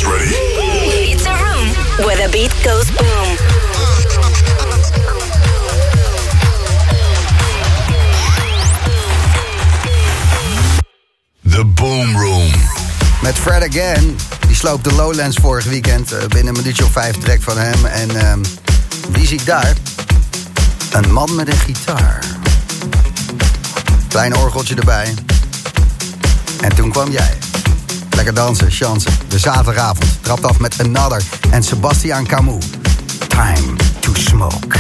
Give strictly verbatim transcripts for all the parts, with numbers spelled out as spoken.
guys ready? It's a room where the beat goes boom. The Boom Room. Met Fred Again. Die sloop de Lowlands vorig weekend. Uh, binnen een minuutje of vijf track van hem. En uh, wie zie ik daar? Een man met een gitaar. Klein orgeltje erbij. En toen kwam jij. Lekker dansen, chansen. De zaterdagavond trapt af met Another en Sebastian Camus. Time to Smoke.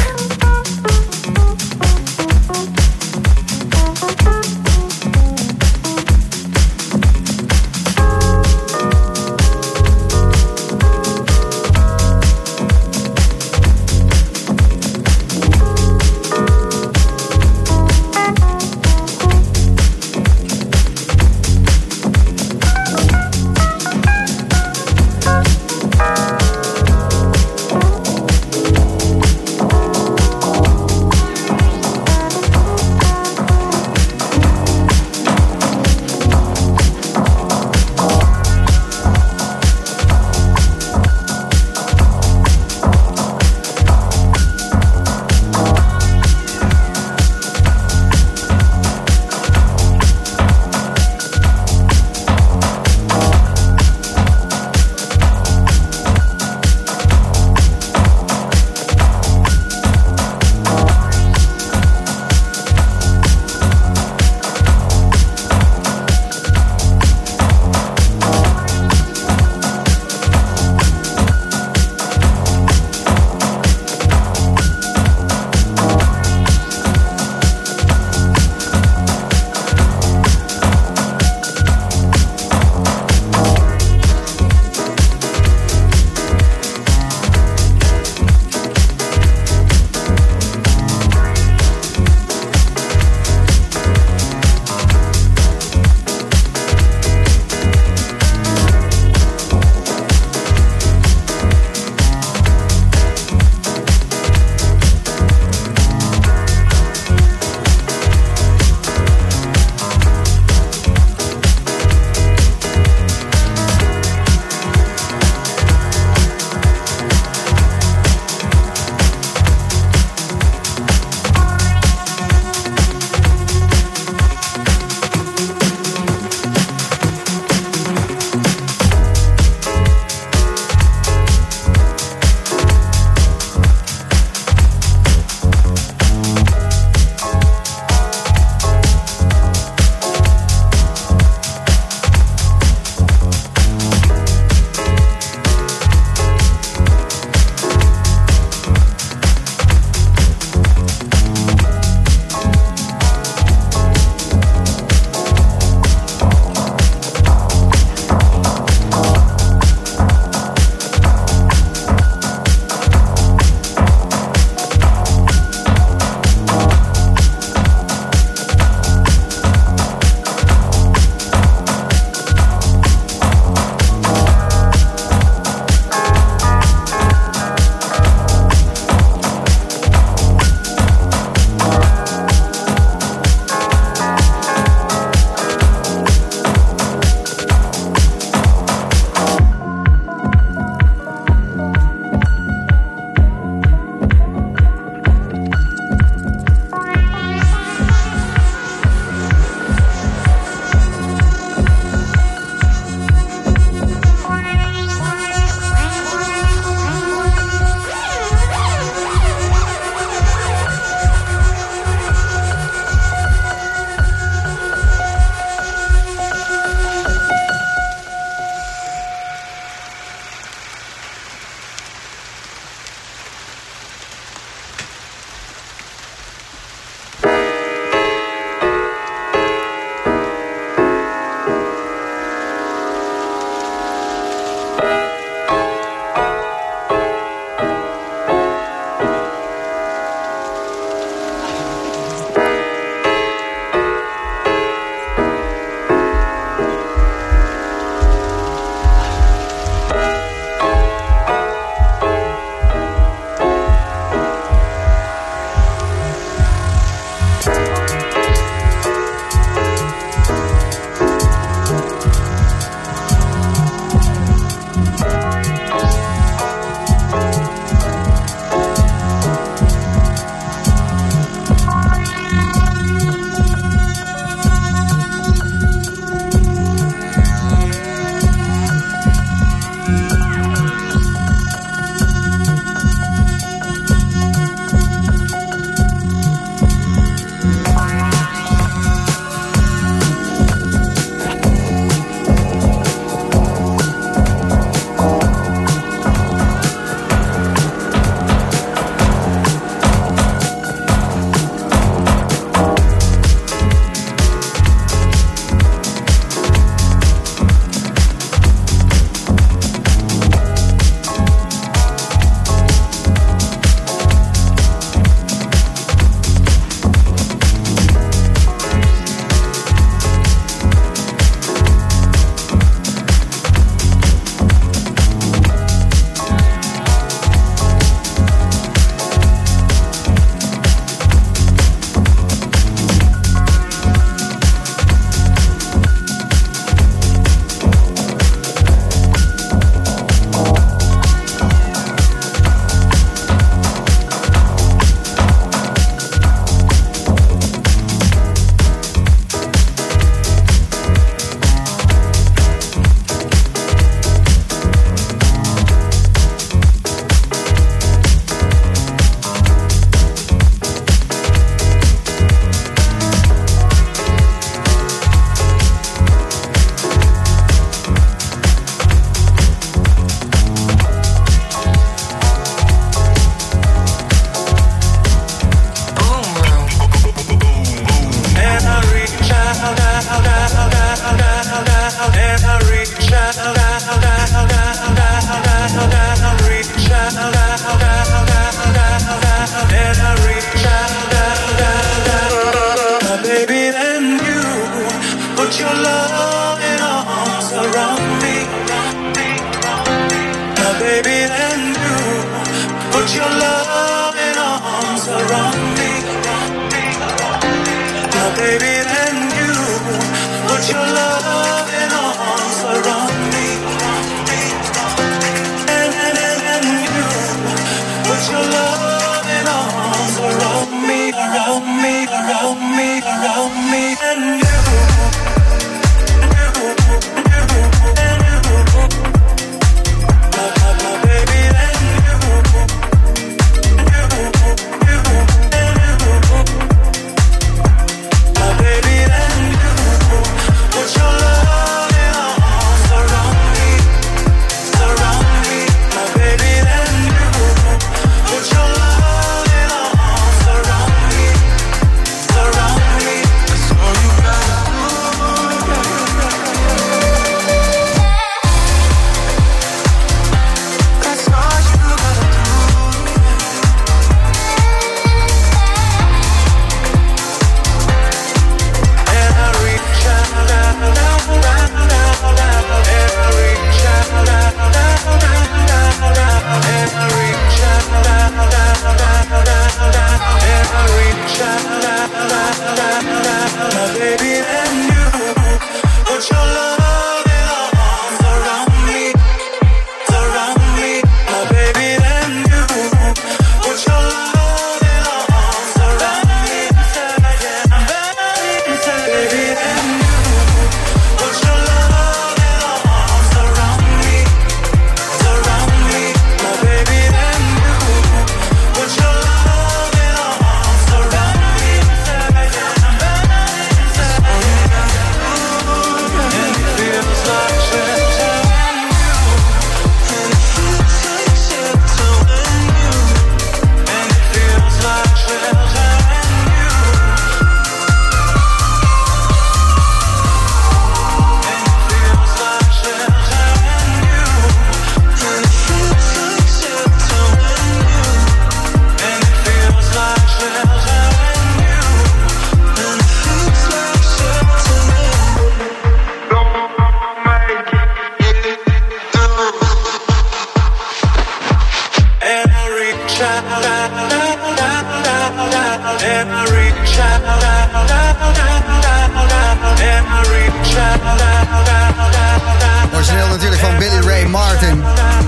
Origineel natuurlijk van Billy Ray Martin.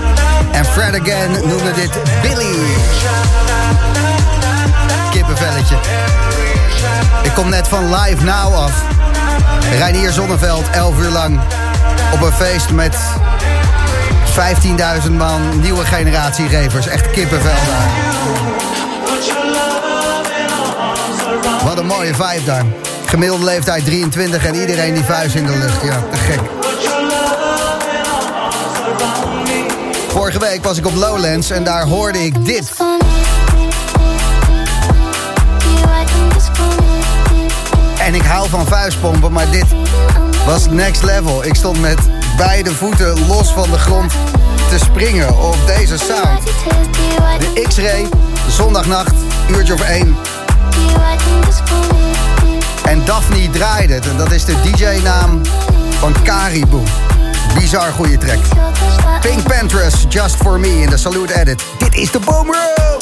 En Fred Again noemde dit Billy. Kippenvelletje. Ik kom net van Live Now af. Reinier Zonneveld, elf uur lang. Op een feest met vijftienduizend man, nieuwe generatie ravers. Echt kippenvel daar. Wat een mooie vibe daar. Gemiddelde leeftijd drieëntwintig en iedereen die vuist in de lucht. Ja, te gek. Vorige week was ik op Lowlands en daar hoorde ik dit. En ik hou van vuistpompen, maar dit was next level. Ik stond met beide voeten los van de grond te springen op deze sound. De X-Ray, zondagnacht, uurtje of één. En Daphne draaide het. En dat is de D J-naam van Caribou. Bizar goede track. Pink Panthers, Just For Me in de Salute Edit. Dit is de Boom Room!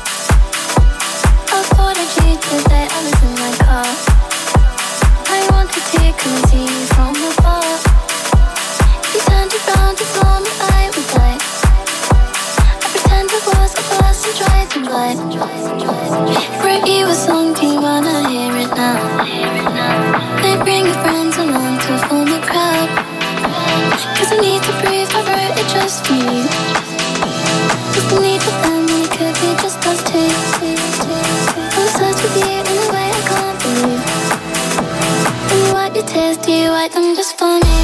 I want to take a tea from the bar. You turned around and saw me, I was like, I pretend I was a person, tried to blind. Write you a song, do you wanna hear it now? They bring your friends along to form a crowd. Cause I need to breathe, I wrote it just for you. Just need for them, and it could be just us two. I'm obsessed with you in a way I can't believe. You wipe your tears, do you wipe them just for me?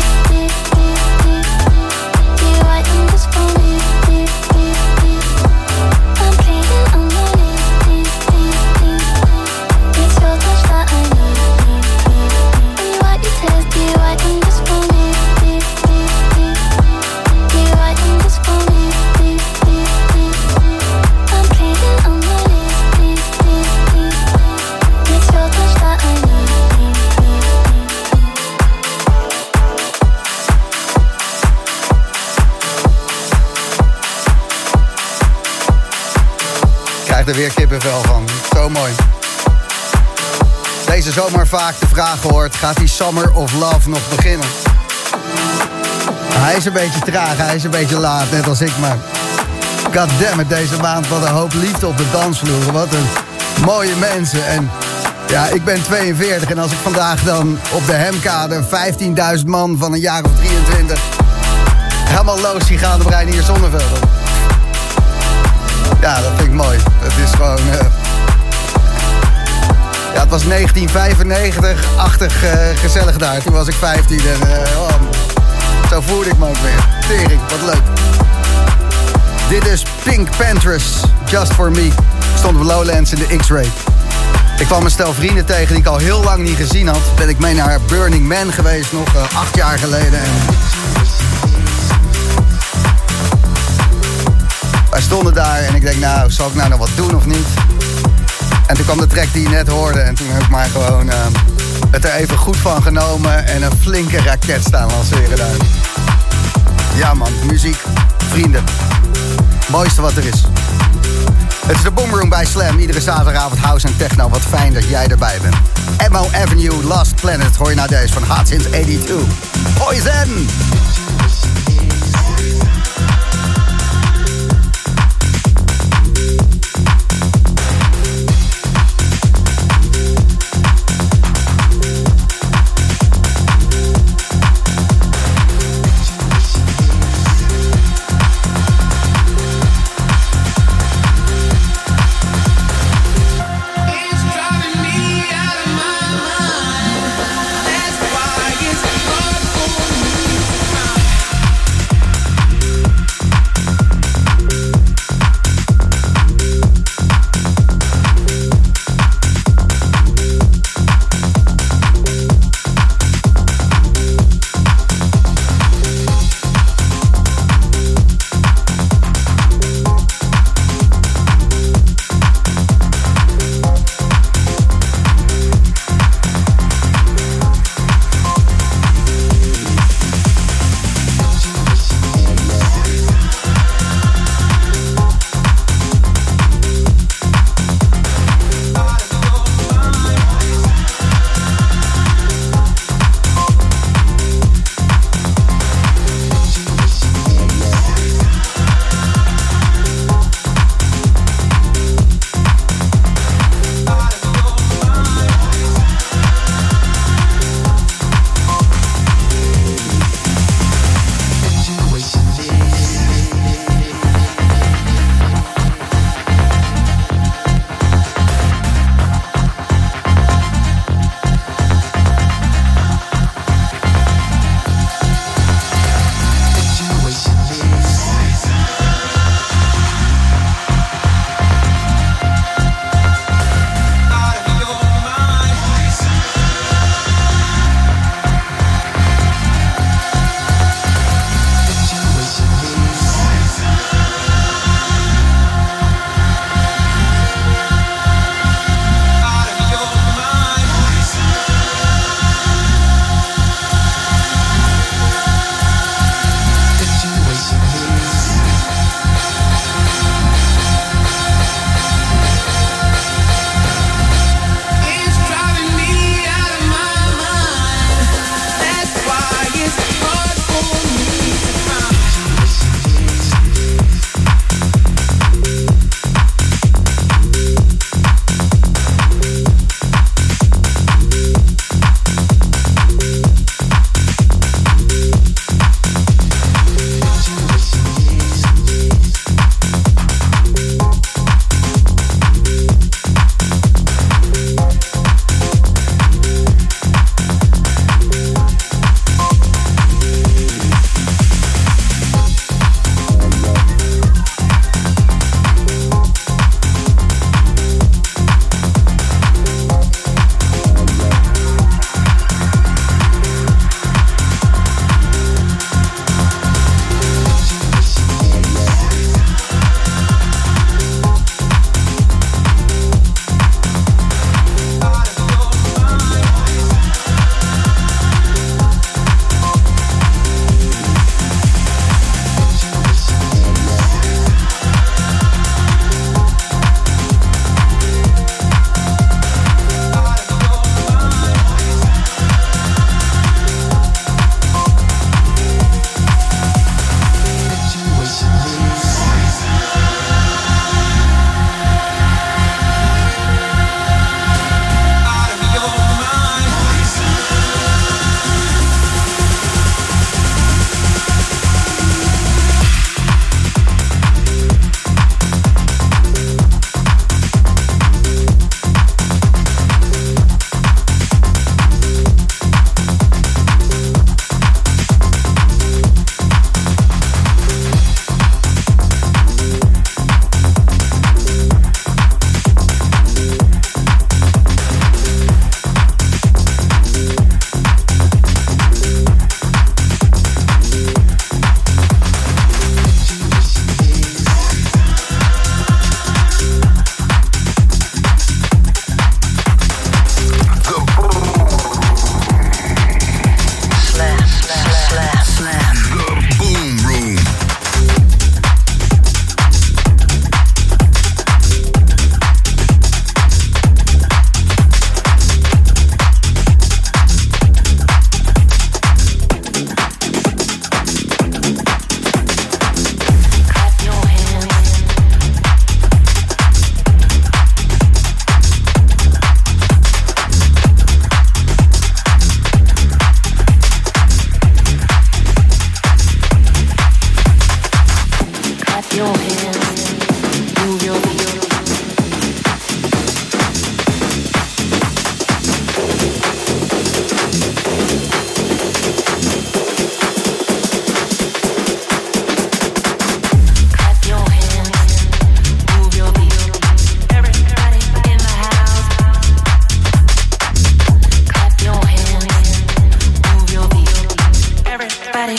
Do you wipe them just for me? I'm pleading on my knees. It's your touch that I need. When you wipe your tears, do you wipe them just for me? er weer kippenvel van. Zo mooi. Deze zomer vaak de vraag gehoord, gaat die Summer of Love nog beginnen? Hij is een beetje traag, hij is een beetje laat, net als ik, maar goddammit, deze maand wat een hoop liefde op de dansvloer. Wat een mooie mensen. En ja, ik ben tweeënveertig en als ik vandaag dan op de Hemkade vijftienduizend man van een jaar of drieëntwintig helemaal los zie gaan op Reinier Zonneveld. Ja, dat vind ik mooi. Het is gewoon... Uh... Ja, het was negentien vijfennegentig-achtig uh, gezellig daar. Toen was ik vijftien en uh, oh, zo voelde ik me ook weer. Tering, wat leuk. Dit is Pink Panthers, Just For Me. Ik stond op Lowlands in de X-Ray. Ik kwam een stel vrienden tegen die ik al heel lang niet gezien had. Ben ik mee naar Burning Man geweest, nog uh, acht jaar geleden. En wij stonden daar en ik denk, nou, zal ik nou nog wat doen of niet? En toen kwam de track die je net hoorde en toen heb ik maar gewoon uh, het er even goed van genomen en een flinke raket staan lanceren daar. Ja man, muziek, vrienden. Mooiste wat er is. Het is de Boomroom bij Slam. Iedere zaterdagavond house en techno. Wat fijn dat jij erbij bent. Emo Avenue, Lost Planet. Hoor je nou deze van Hot Since eenennegentig. Poison! That's why it's hard for me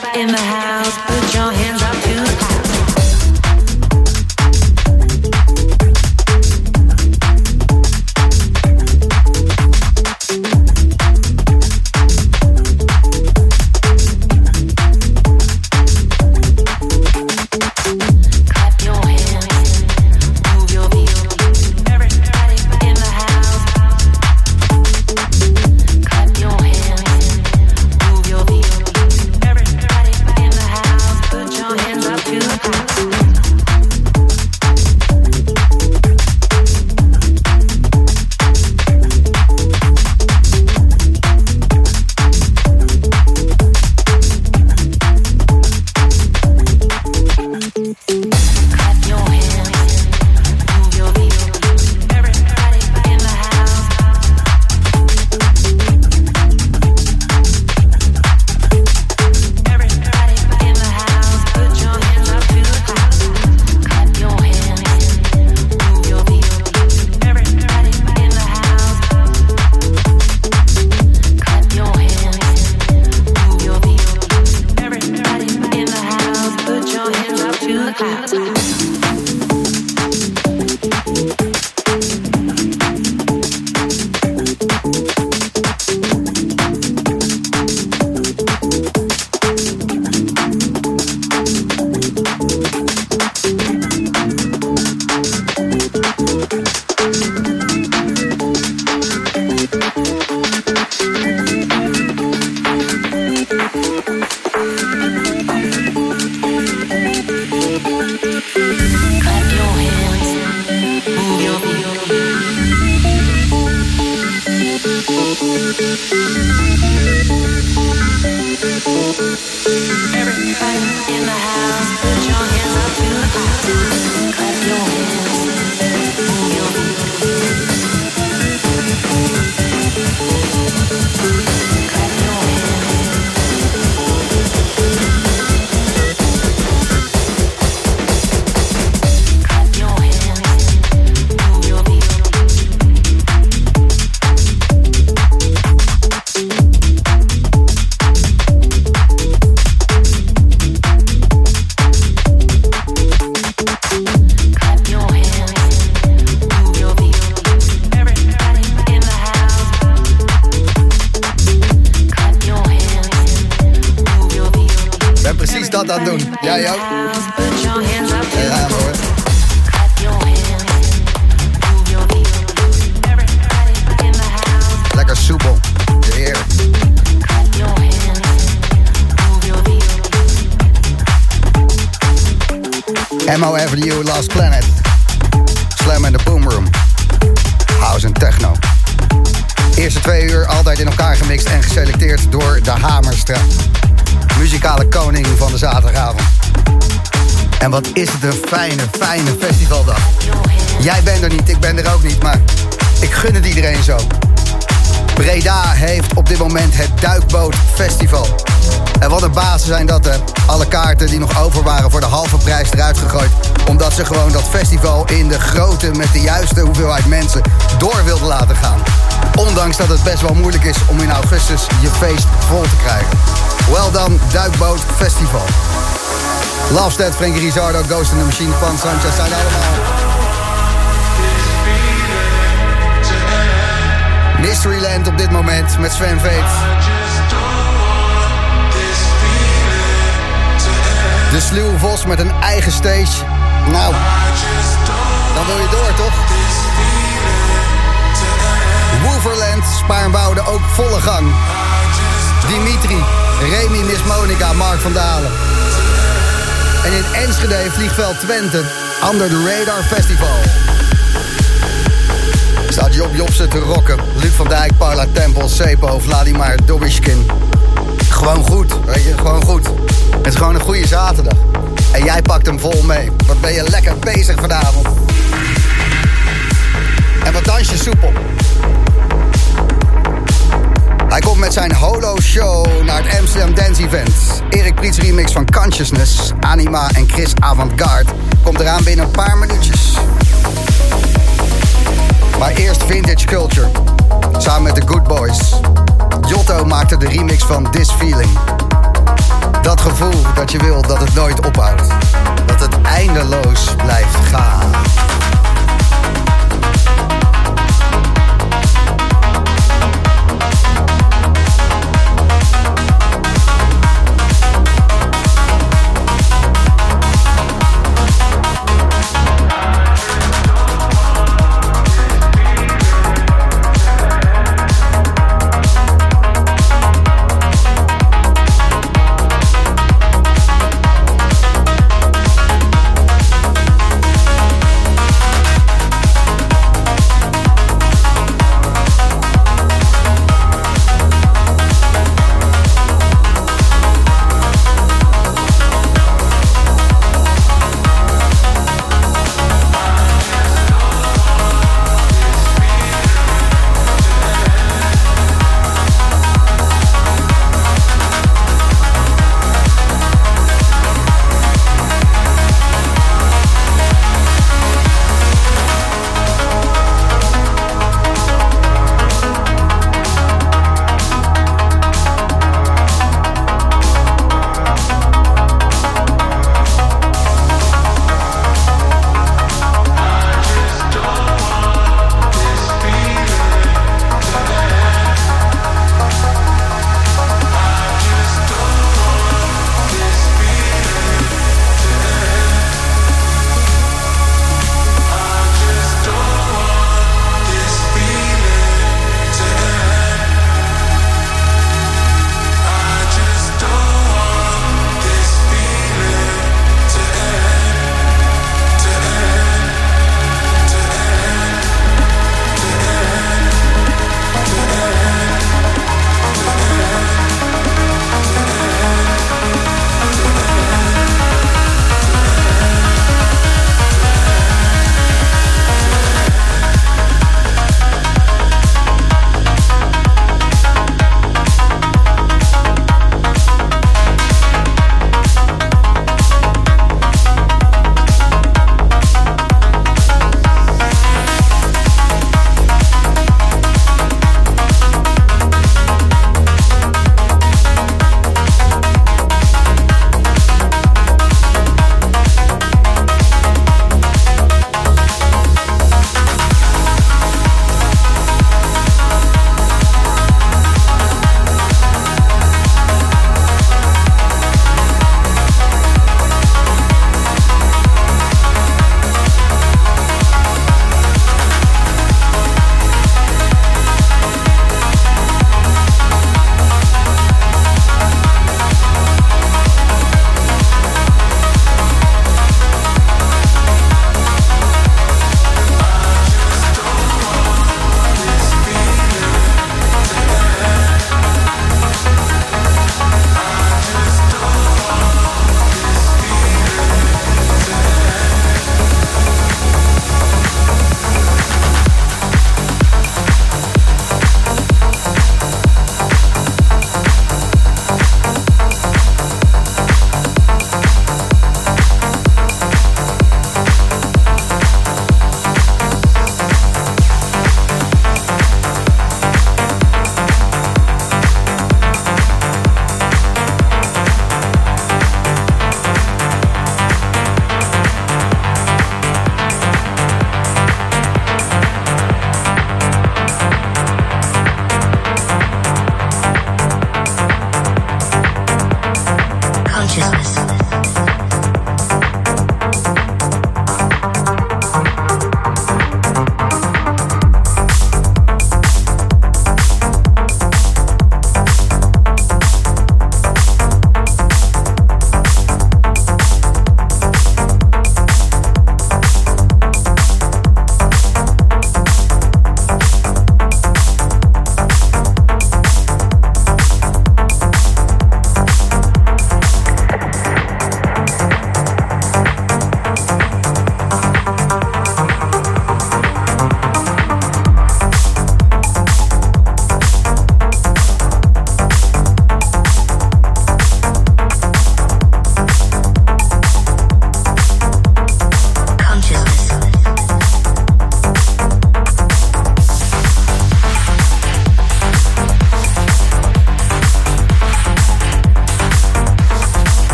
in the house, put your hands up to the clouds. Aan doen. Jij ook? Ja, hoor. Lekker soepel. Heerlijk. M O Avenue, Last Planet. Slam in the Boom Room. House en techno. Eerste twee uur altijd in elkaar gemixt en geselecteerd door de Hamerstraat. Muzikale koning van de zaterdagavond. En wat is het een fijne, fijne festivaldag. Jij bent er niet, ik ben er ook niet, maar ik gun het iedereen zo. Breda heeft op dit moment het Duikboot Festival. En wat een bazen zijn dat, hè. Alle kaarten die nog over waren voor de halve prijs eruit gegooid. Omdat ze gewoon dat festival in de grote met de juiste hoeveelheid mensen door wilden laten gaan. Ondanks dat het best wel moeilijk is om in augustus je feest vol te krijgen. Well done, Duikboot Festival. Lafstedt, Frankie Rizardo, Ghost in the Machine, Pan Sanchez zijn allemaal. Mysteryland op dit moment met Sven Veet. De Sluwe Vos met een eigen stage. Nou, dan wil je door, toch? Wooverland, Spaarnwoude ook volle gang. Dimitri, Remy, Miss Monica, Mark van Dalen. En in Enschede, Vliegveld Twente, Under the Radar Festival. Staat Job Jobsen te rocken. Luc van Dijk, Paula Tempel, Sepo, Vladimir Dobishkin. Gewoon goed, weet je, gewoon goed. Het is gewoon een goede zaterdag. En jij pakt hem vol mee. Wat ben je lekker bezig vanavond. En wat dans je soepel. Hij komt met zijn holo-show naar het Amsterdam Dance Event. Erik Priets remix van Consciousness, Anima en Chris Avantgarde komt eraan binnen een paar minuutjes. Maar eerst Vintage Culture, samen met The Good Boys. Jotto maakte de remix van This Feeling. Dat gevoel dat je wil dat het nooit ophoudt. Dat het eindeloos blijft gaan.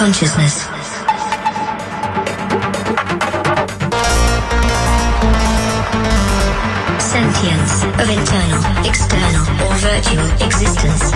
Consciousness. Sentience of internal, external, or virtual existence.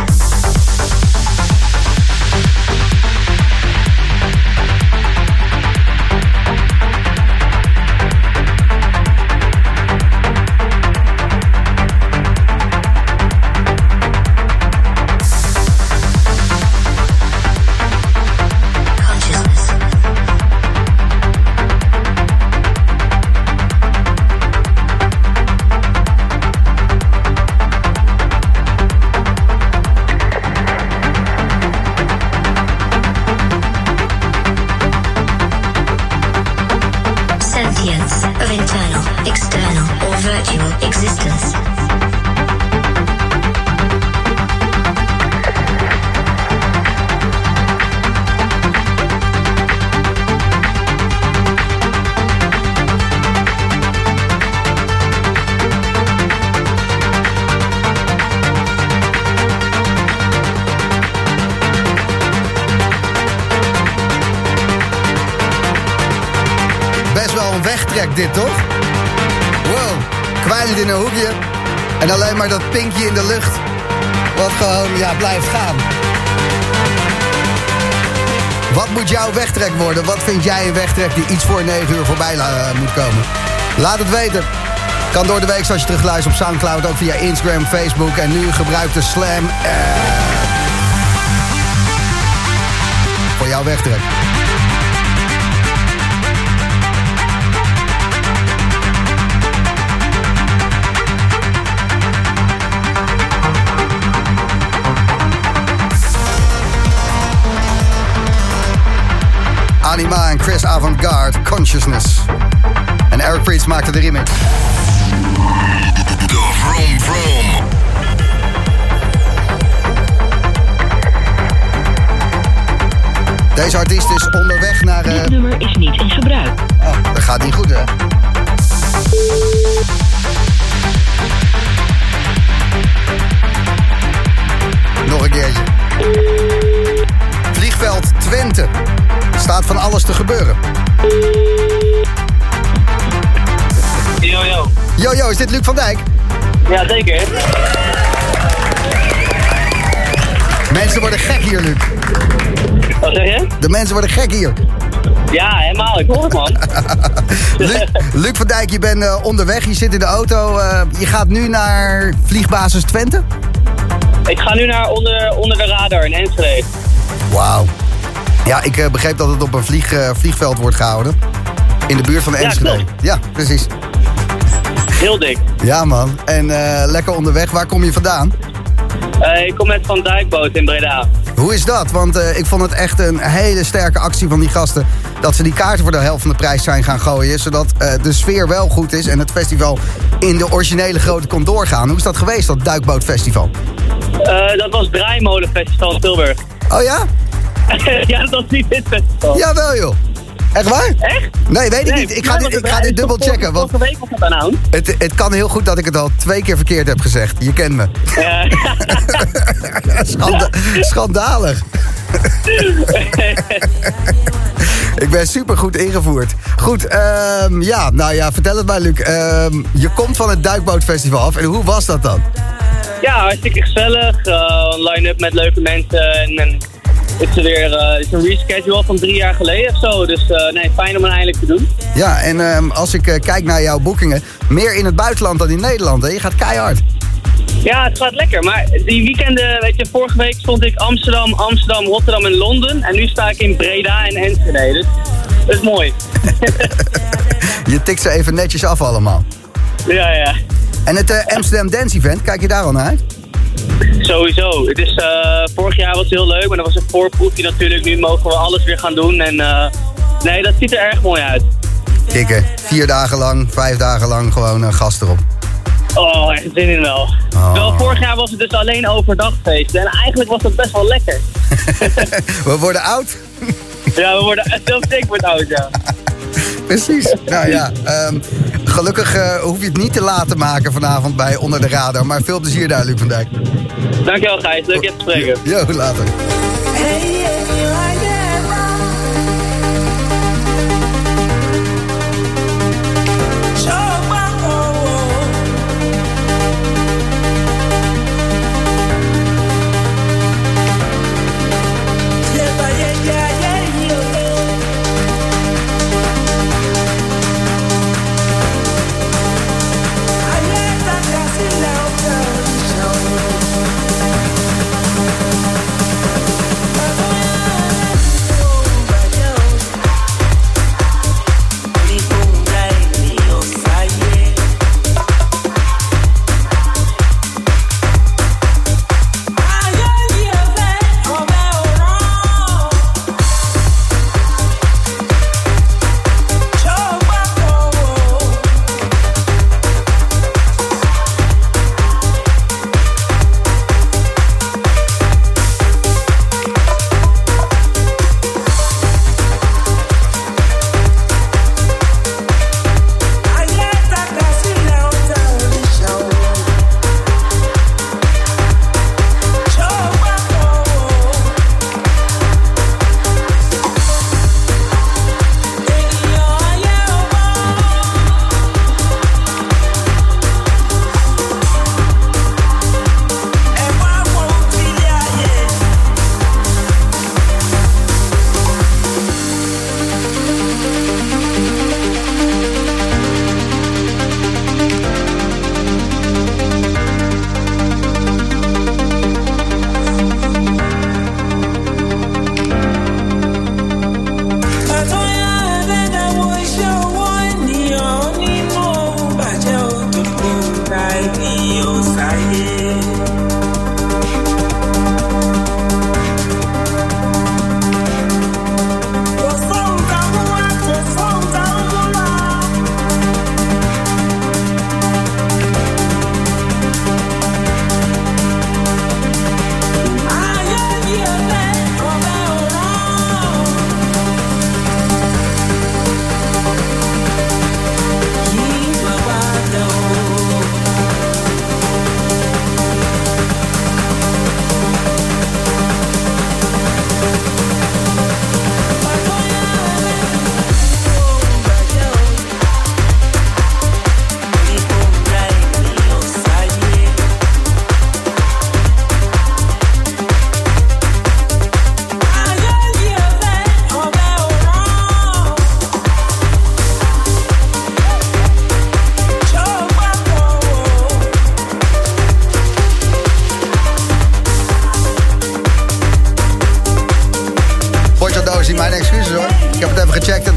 Of internal, external, or virtual existence. Wegtrek dit, toch? Wow, kwijlend in een hoekje. En alleen maar dat pinkje in de lucht. Wat gewoon, ja, blijft gaan. Wat moet jouw wegtrek worden? Wat vind jij een wegtrek die iets voor negen uur voorbij uh, moet komen? Laat het weten. Kan door de week als je terugluistert op Soundcloud. Ook via Instagram, Facebook. En nu gebruik de Slam uh, voor jouw wegtrek. Anima en Chris Avantgarde, Consciousness. En Eric Prydz maakte de remix. De Vroom Vroom. Deze artiest is onderweg naar... Uh... Dit nummer is niet in gebruik. Oh, dat gaat niet goed, hè? Nog een keertje. Vliegveld Twente. Staat van alles te gebeuren. Yo, yo. Yo, yo, is dit Luc van Dijk? Ja, zeker. Mensen worden gek hier, Luc. Wat zeg je? De mensen worden gek hier. Ja, helemaal. Ik hoor het, man. Luc, Luc van Dijk, je bent uh, onderweg. Je zit in de auto. Uh, je gaat nu naar vliegbasis Twente? Ik ga nu naar onder, onder de radar in Enschede. Wauw. Ja, ik uh, begreep dat het op een vlieg, uh, vliegveld wordt gehouden. In de buurt van Enschede. Ja, ja, precies. Heel dik. Ja, man. En uh, lekker onderweg. Waar kom je vandaan? Uh, ik kom net van Dijkboot in Breda. Hoe is dat? Want uh, ik vond het echt een hele sterke actie van die gasten. Dat ze die kaarten voor de helft van de prijs zijn gaan gooien. Zodat uh, de sfeer wel goed is en het festival in de originele grootte kon doorgaan. Hoe is dat geweest, dat Duikbootfestival? Uh, dat was Draaimolenfestival in Tilburg. Oh ja? Ja, dat was niet dit festival. Jawel, joh. Echt waar? Echt? Nee, weet ik nee, niet. Ik ga dit, ik ga dit dubbel checken. Want vorige week was het aan. Het, het kan heel goed dat ik het al twee keer verkeerd heb gezegd. Je kent me. Ja. Schanda schandalig. Ik ben super goed ingevoerd. Goed, um, ja, nou ja, vertel het maar, Luc. Um, je komt van het Duikbootfestival af. En hoe was dat dan? Ja, hartstikke gezellig. Uh, een line-up met leuke mensen. En, en het is weer uh, het is een reschedule van drie jaar geleden of zo. Dus uh, nee, fijn om het eindelijk te doen. Ja, en um, als ik uh, kijk naar jouw boekingen, meer in het buitenland dan in Nederland, hè? Je gaat keihard. Ja, het gaat lekker. Maar die weekenden, weet je, vorige week stond ik Amsterdam, Amsterdam, Rotterdam en Londen. En nu sta ik in Breda en Enschede. Dus dat is mooi. Je tikt ze even netjes af allemaal. Ja, ja. En het uh, Amsterdam Dance Event, kijk je daar al naar uit? Sowieso. Het is, uh, vorig jaar was het heel leuk, maar dat was een voorproefje natuurlijk. Nu mogen we alles weer gaan doen. En uh, nee, dat ziet er erg mooi uit. Dikke, vier dagen lang, vijf dagen lang gewoon uh, gas erop. Oh, echt zin in wel. Oh. Terwijl vorig jaar was het dus alleen overdagfeest. En eigenlijk was dat best wel lekker. We worden oud. Ja, we worden zelfs ik word oud, ja. Precies. Nou ja, um, gelukkig uh, hoef je het niet te laten maken vanavond bij Onder de Radar. Maar veel plezier daar, Luc van Dijk. Dankjewel, Gijs. Leuk je te spreken. Jo, later. Hey, if you like it wrong,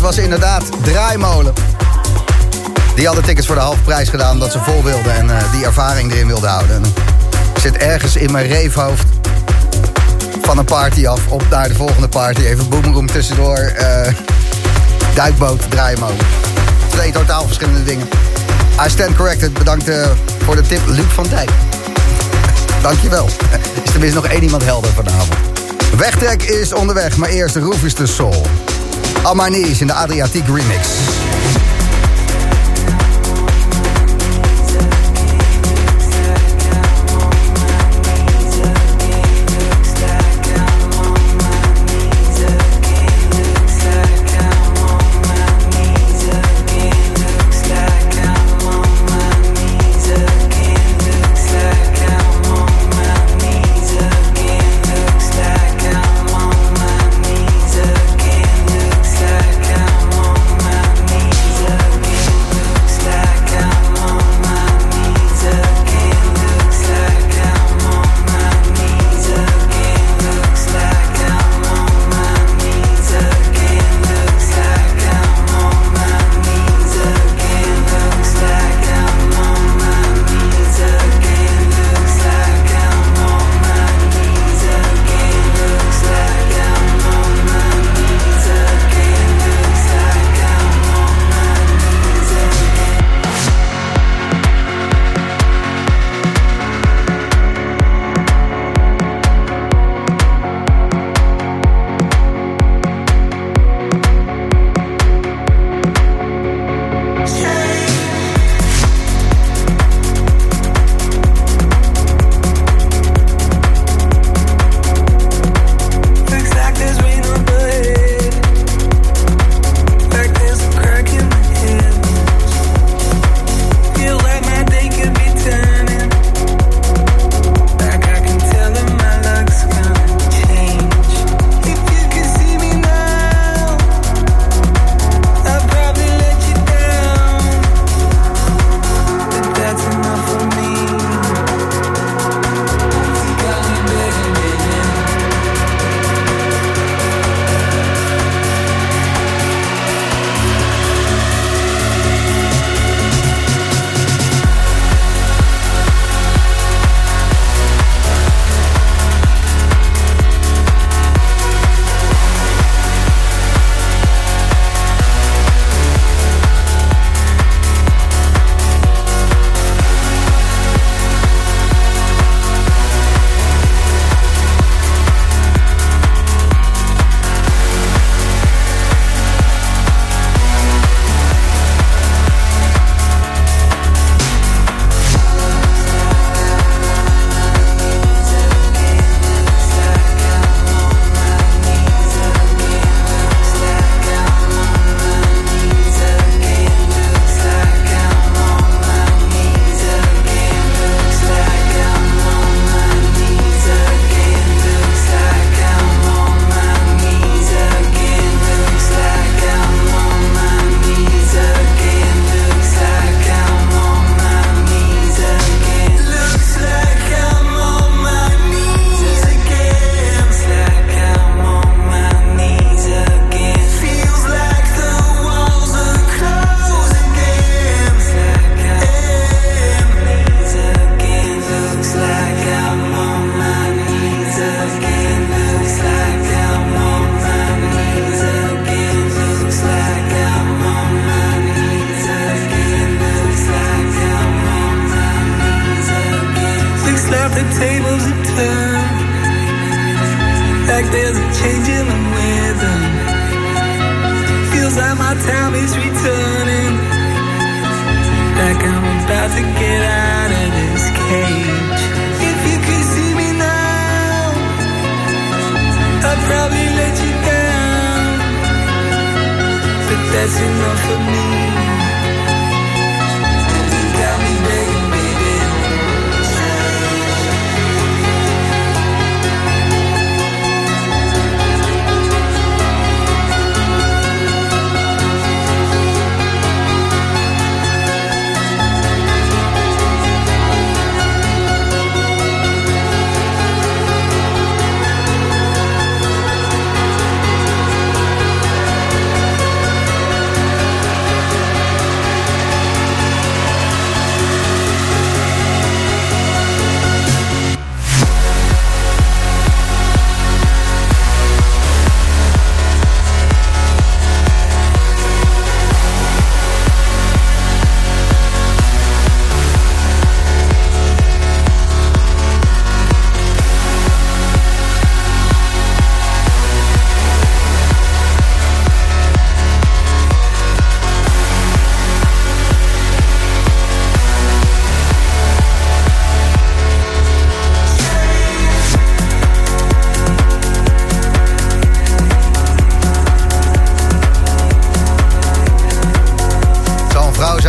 was inderdaad Draaimolen. Die hadden tickets voor de halve prijs gedaan omdat ze vol wilden en uh, die ervaring erin wilden houden. En ik zit ergens in mijn reefhoofd van een party af op naar de volgende party. Even boomroom tussendoor. Uh, duikboot, Draaimolen. Twee totaal verschillende dingen. I stand corrected. Bedankt uh, voor de tip, Luc van Dijk. Dankjewel. Is tenminste nog één iemand helder vanavond. Wegtrek is onderweg, maar eerst Rufus de Soul. Amarnies in de Adriatiek remix.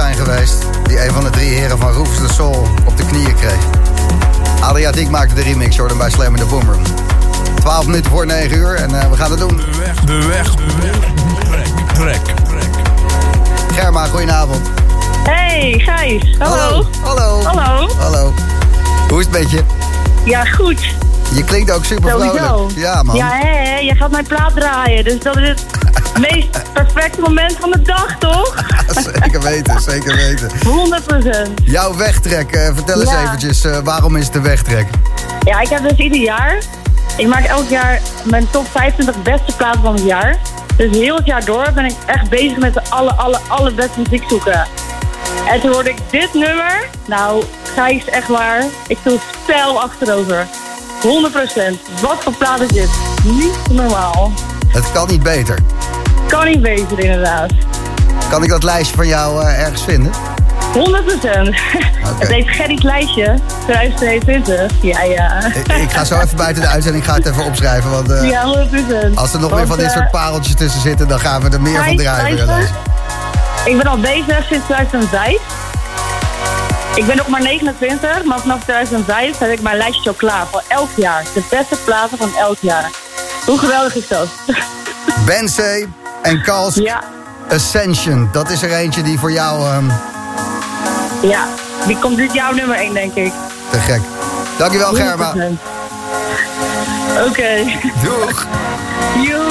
zijn geweest... die een van de drie heren van Rufus de Soul op de knieën kreeg. Adriatiek maakte de remix, je hoorde hem bij Slam in de Boomroom. twaalf minuten voor negen uur en uh, we gaan het doen. De weg, de weg, de weg. Trek, trek. Germa, goedenavond. Hey, Gijs. Hallo. Hallo. Hallo. Hallo. Hoe is het met je? Ja, goed. Je klinkt ook super vrolijk. Ja, man. Ja, hé, hé, je gaat mijn plaat draaien. Dus dat is het meest perfecte moment van de dag, toch? Zeker weten, zeker weten. honderd procent. Jouw wegtrek, uh, vertel eens ja. eventjes, uh, waarom is het de wegtrek? Ja, ik heb dus ieder jaar... Ik maak elk jaar mijn top vijfentwintig beste platen van het jaar. Dus heel het jaar door ben ik echt bezig met de alle, alle, alle beste muziek zoeken. En toen hoorde ik dit nummer. Nou, Gijs, echt waar. Ik viel stijl achterover. honderd procent. Wat voor plaat is dit? Niet normaal. Het kan niet beter. Kan niet beter, inderdaad. Kan ik dat lijstje van jou uh, ergens vinden? honderd procent. Okay. Het heet Gerry's lijstje, twintig tweeëntwintig. Ja, ja. Ik, ik ga zo even buiten de uitzending ga het even opschrijven. Want, uh, ja, honderd procent. Als er nog want, meer van dit uh, soort pareltjes tussen zitten, dan gaan we er meer van draaien. Ik ben al bezig sinds tweeduizend vijf. Ik ben nog maar negenentwintig, maar vanaf tweeduizend vijf heb ik mijn lijstje al klaar voor elk jaar. De beste platen van elk jaar. Hoe geweldig is dat? Bensay en Kalsk ja. Ascension. Dat is er eentje die voor jou... Um... Ja, die komt dit jouw nummer één, denk ik. Te gek. Dankjewel, Germa. Oké. Okay. Doeg. Joe.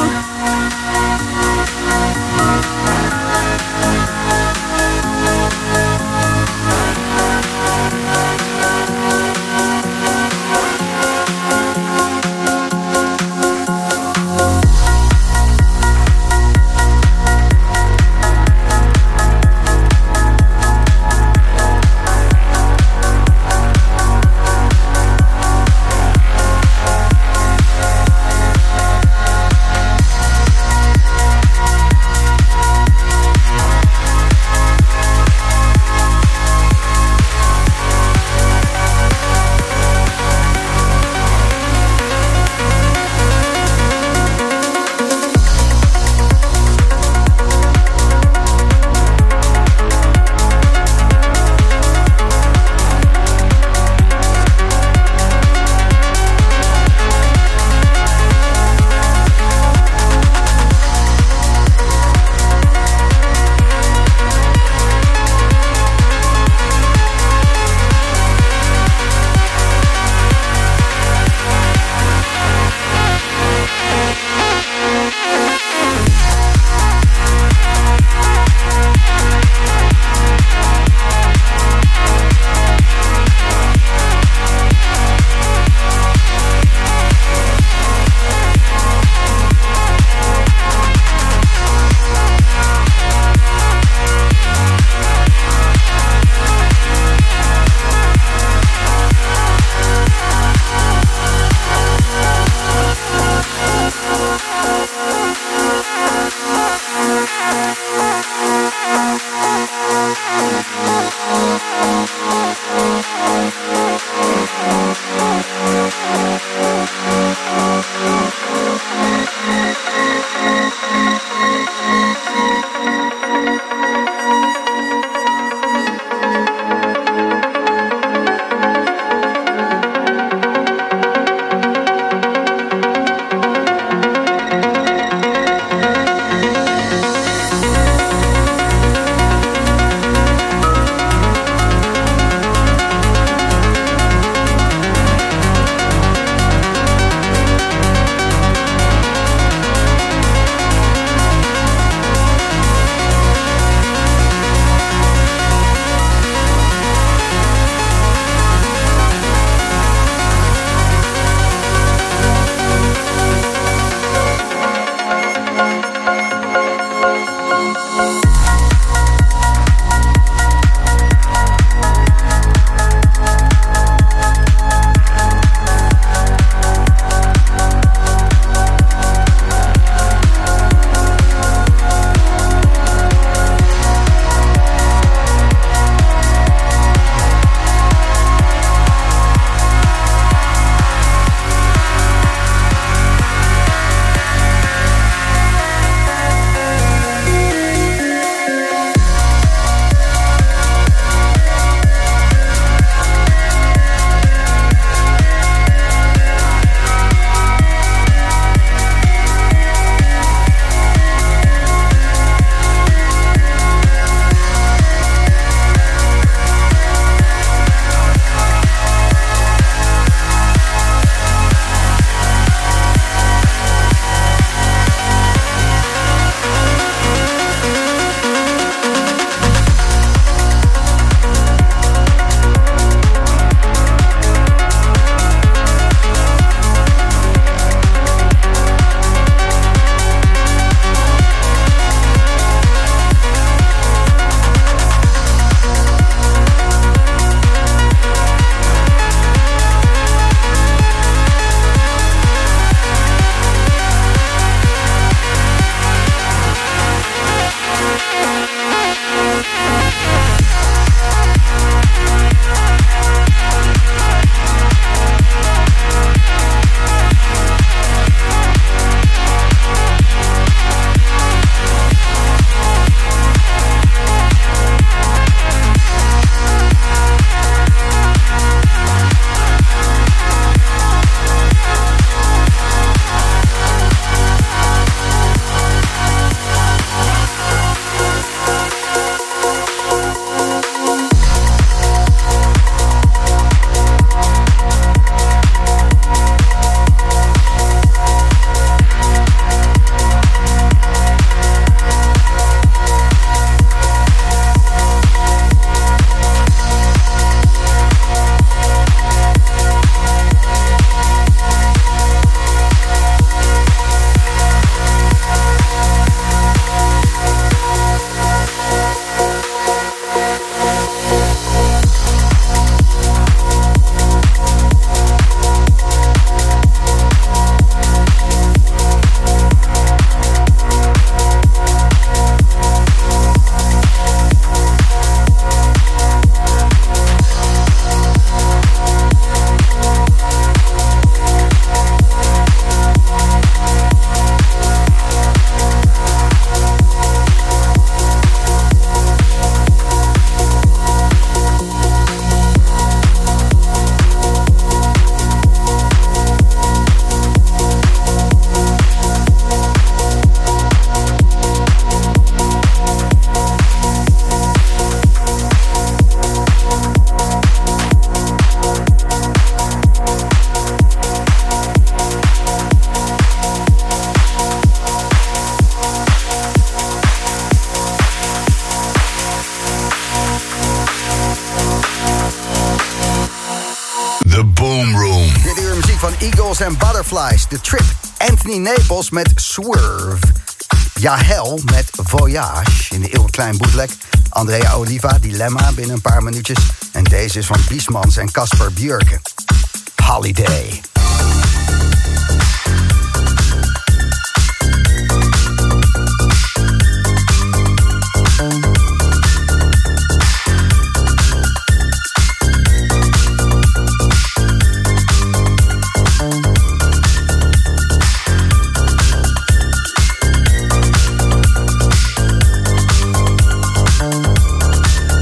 Naples en Butterflies. The Trip. Anthony Naples met Swerve. Jahel met Voyage in de eeuw klein bootleg. Andrea Oliva, Dilemma binnen een paar minuutjes. En deze is van Biesmans en Casper Björken. Holiday.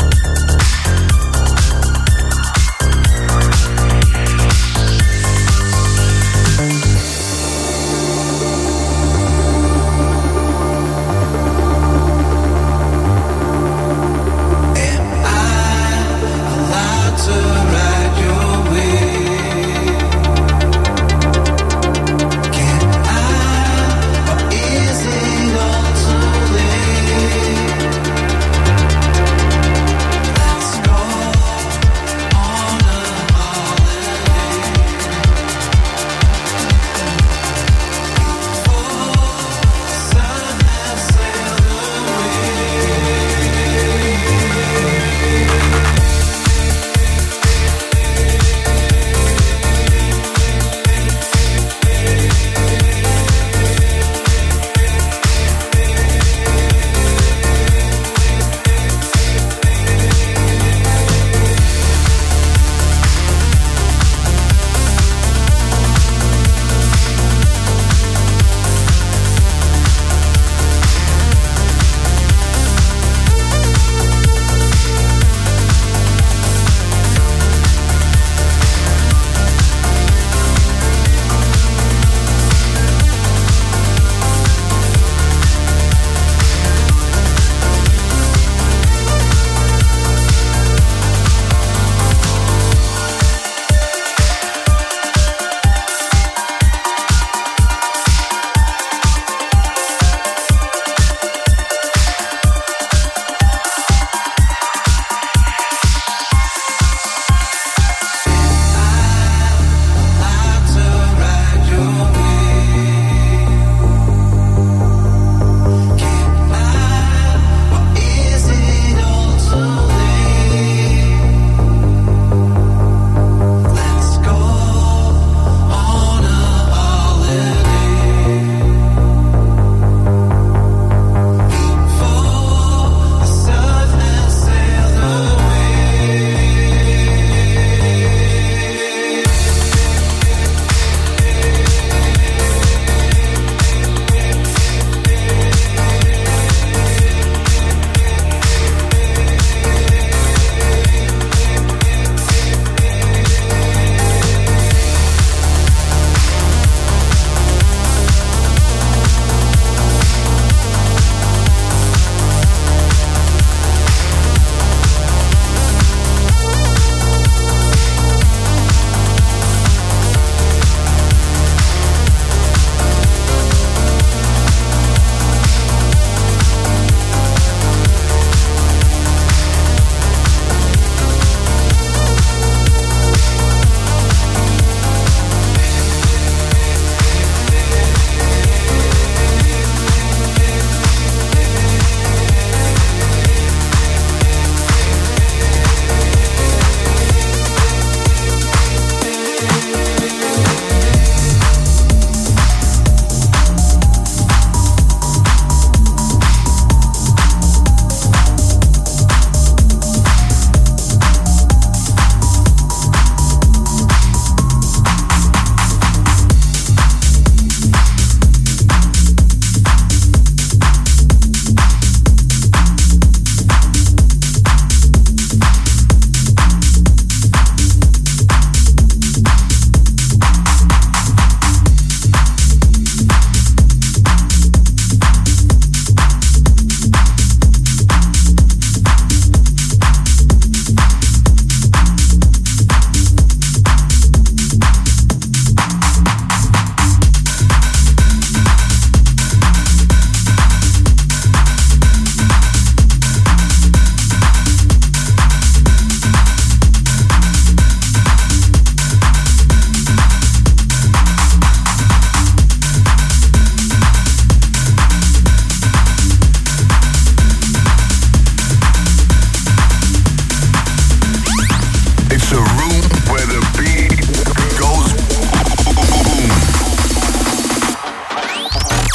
I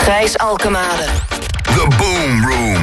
Gijs Alkemade. The Boom Room.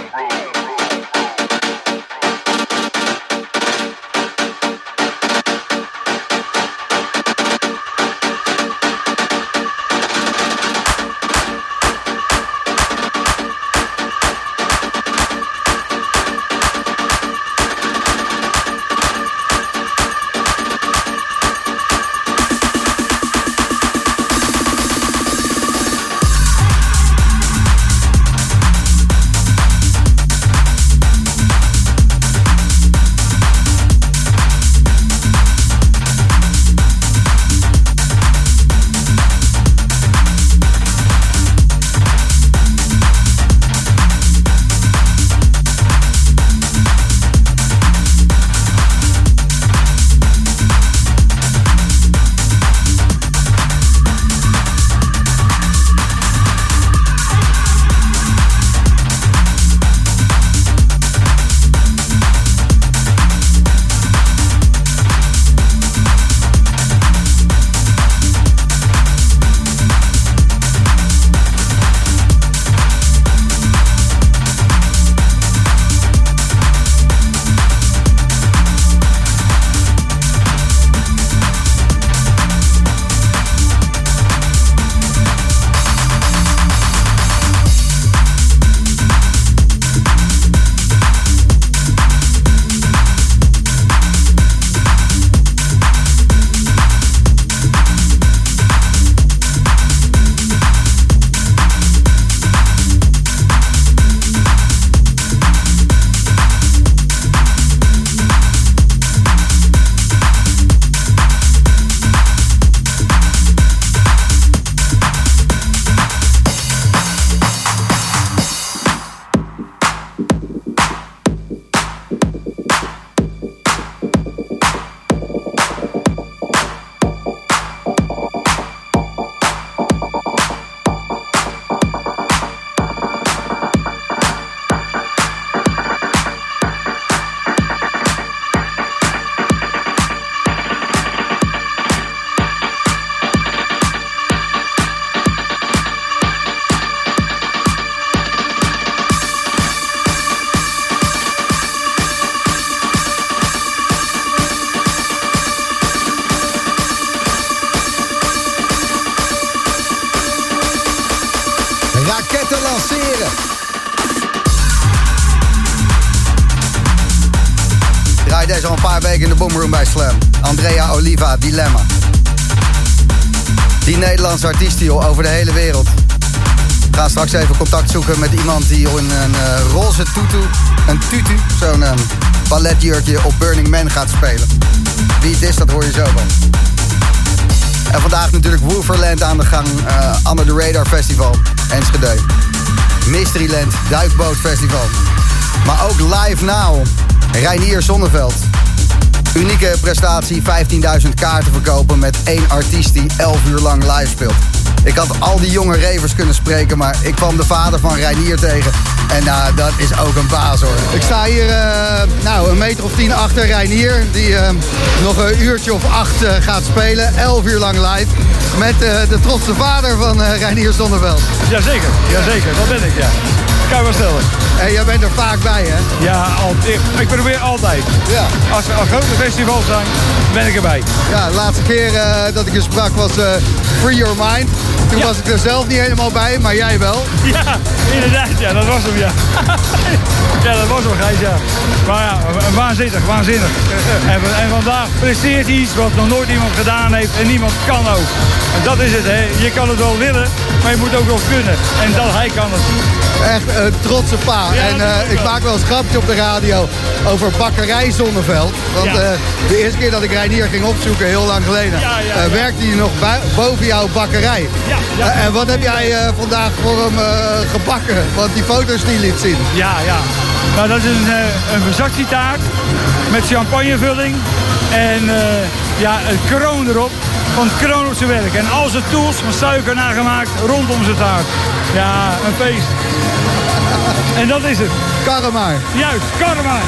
Deze al een paar weken in de Boomroom bij Slam. Andrea Oliva, Dilemma. Die Nederlandse artiest joh, over de hele wereld. We gaan straks even contact zoeken met iemand die in een uh, roze tutu, een tutu, zo'n um, balletjurkje op Burning Man gaat spelen. Wie het is, dat hoor je zo van. En vandaag natuurlijk Wooferland aan de gang, uh, Under the Radar Festival, Enschede. Mysteryland, Duikboot Festival. Maar ook Live Now, Reinier Zonneveld. Unieke prestatie, vijftienduizend kaarten verkopen met één artiest die elf uur lang live speelt. Ik had al die jonge ravers kunnen spreken, maar ik kwam de vader van Reinier tegen. En nou, dat is ook een baas hoor. Ik sta hier uh, nou, een meter of tien achter Reinier, die uh, nog een uurtje of acht uh, gaat spelen. elf uur lang live. Met uh, de trotse vader van uh, Reinier Zonneveld. Jazeker, jazeker, dat ben ik, ja. Kan je wel stellen. En jij bent er vaak bij, hè? Ja, altijd. Ik probeer altijd. Ja. Als er al grote festivals zijn, ben ik erbij. Ja, de laatste keer uh, dat ik je sprak was uh, Free Your Mind. Toen ja. was ik er zelf niet helemaal bij, maar jij wel. Ja, inderdaad. Ja, dat was hem, ja. Ja, dat was hem, Gijs, ja. Maar ja, waanzinnig, waanzinnig. En, en vandaag presteert hij iets wat nog nooit iemand gedaan heeft en niemand kan ook. En dat is het, hè. Je kan het wel willen, maar je moet ook wel kunnen. En dat hij kan het. Echt een trotse pa. Ja, en uh, ik maak wel eens een grapje op de radio over bakkerij Zonneveld. Want ja. uh, de eerste keer dat ik Reinier ging opzoeken, heel lang geleden, ja, ja, ja. Uh, werkte hij nog boven jouw bakkerij. Ja, ja. Uh, en wat heb jij uh, vandaag voor hem uh, gebakken? Want die foto's die liet zien. Ja, ja. Nou, dat is een, uh, een bezaktietaart met champagnevulling. En uh, ja, een kroon erop. Van het kroon op zijn werk. En al zijn tools van suiker nagemaakt rondom zijn taart. Ja, een feest. En dat is het. Karre maar. Juist, karre maar.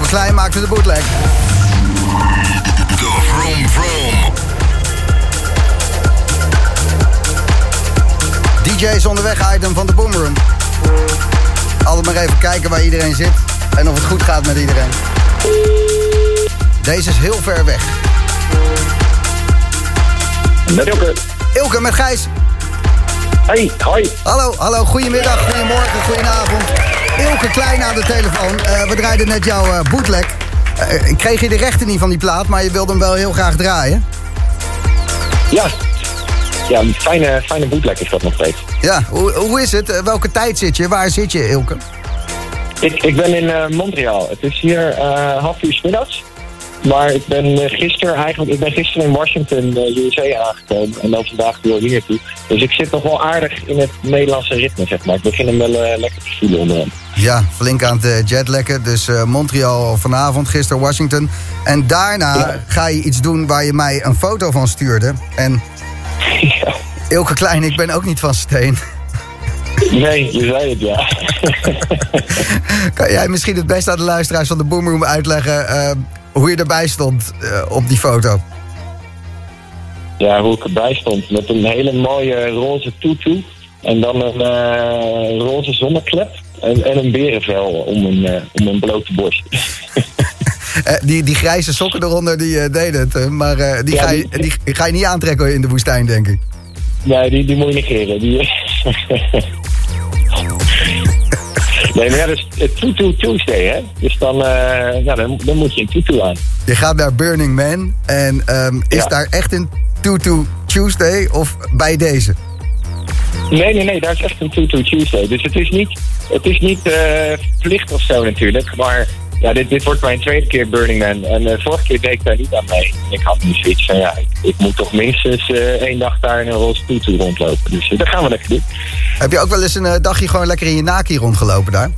Klein maakte de bootleg. De Vroom Vroom. D J's onderweg item van de Boom Room. Altijd maar even kijken waar iedereen zit. En of het goed gaat met iedereen. Deze is heel ver weg. Met Ilke. Ilke met Gijs. Hey, hoi. Hallo, hallo, goedemiddag, goedemorgen, goedenavond. Ilke Klein aan de telefoon. Uh, we draaiden net jouw uh, bootleg. Uh, ik kreeg je de rechten niet van die plaat, maar je wilde hem wel heel graag draaien. Ja, ja een fijne, fijne bootleg is dat nog steeds. Ja, hoe, hoe is het? Uh, welke tijd zit je? Waar zit je, Ilke? Ik, ik ben in uh, Montreal. Het is hier uh, half uur 's middags. Maar ik ben uh, gisteren eigenlijk, ik ben gisteren in Washington, uh, U S A aangekomen. En dan vandaag weer hier naartoe. Dus ik zit nog wel aardig in het Nederlandse ritme, zeg maar. Ik begin hem wel uh, lekker te voelen onderhand. Ja, flink aan het uh, jetlaggen. Dus uh, Montreal vanavond, gisteren Washington. En daarna ja. ga je iets doen waar je mij een foto van stuurde. En ja. Ilke Klein, ik ben ook niet van steen. Nee, je zei het, ja. Kan jij misschien het best aan de luisteraars van de Boom Room uitleggen uh, hoe je erbij stond uh, op die foto? Ja, hoe ik erbij stond. Met een hele mooie roze tutu. En dan een uh, roze zonneklep. En, en een berenvel om een, uh, om een blote borst. uh, die, die grijze sokken eronder, die uh, deden het. Uh, maar uh, die, ja, ga je, die... die ga je niet aantrekken in de woestijn, denk ik. Nee, die, die moet je negeren. Die... Nee, maar ja, dat is Tutu Tuesday, hè? Dus dan, uh, ja, dan, dan moet je een tutu aan. Je gaat naar Burning Man en um, is ja. daar echt een Tutu Tuesday of bij deze? Nee, nee, nee, daar is echt een Tutu Tuesday. Dus het is niet, het is niet uh, verplicht of zo natuurlijk, maar ja, dit, dit wordt mijn tweede keer Burning Man. En de uh, vorige keer deed ik daar niet aan mee. En ik had nu zoiets van, ja, ik, ik moet toch minstens uh, één dag daar in een roze tutu rondlopen. Dus uh, dat gaan we lekker doen. Heb je ook wel eens een uh, dagje gewoon lekker in je naki rondgelopen daar?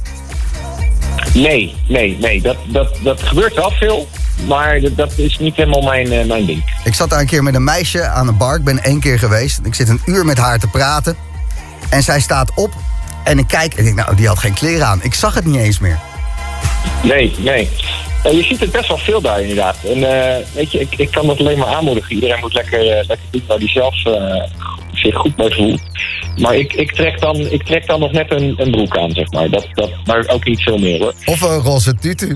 Nee, nee, nee. Dat, dat, dat gebeurt wel veel. Maar dat, dat is niet helemaal mijn, uh, mijn ding. Ik zat daar een keer met een meisje aan een bar. Ik ben één keer geweest. Ik zit een uur met haar te praten. En zij staat op. En ik kijk en ik denk, nou, die had geen kleren aan. Ik zag het niet eens meer. Nee, nee. Uh, je ziet het best wel veel daar inderdaad. En uh, weet je, ik, ik kan dat alleen maar aanmoedigen. Iedereen moet lekker, uh, lekker doen waar hij zelf uh, zich goed bij voelt. Maar ik, ik, trek dan, ik trek dan nog net een, een broek aan, zeg maar. Dat, dat, maar ook niet veel meer, hoor. Of een roze tutu.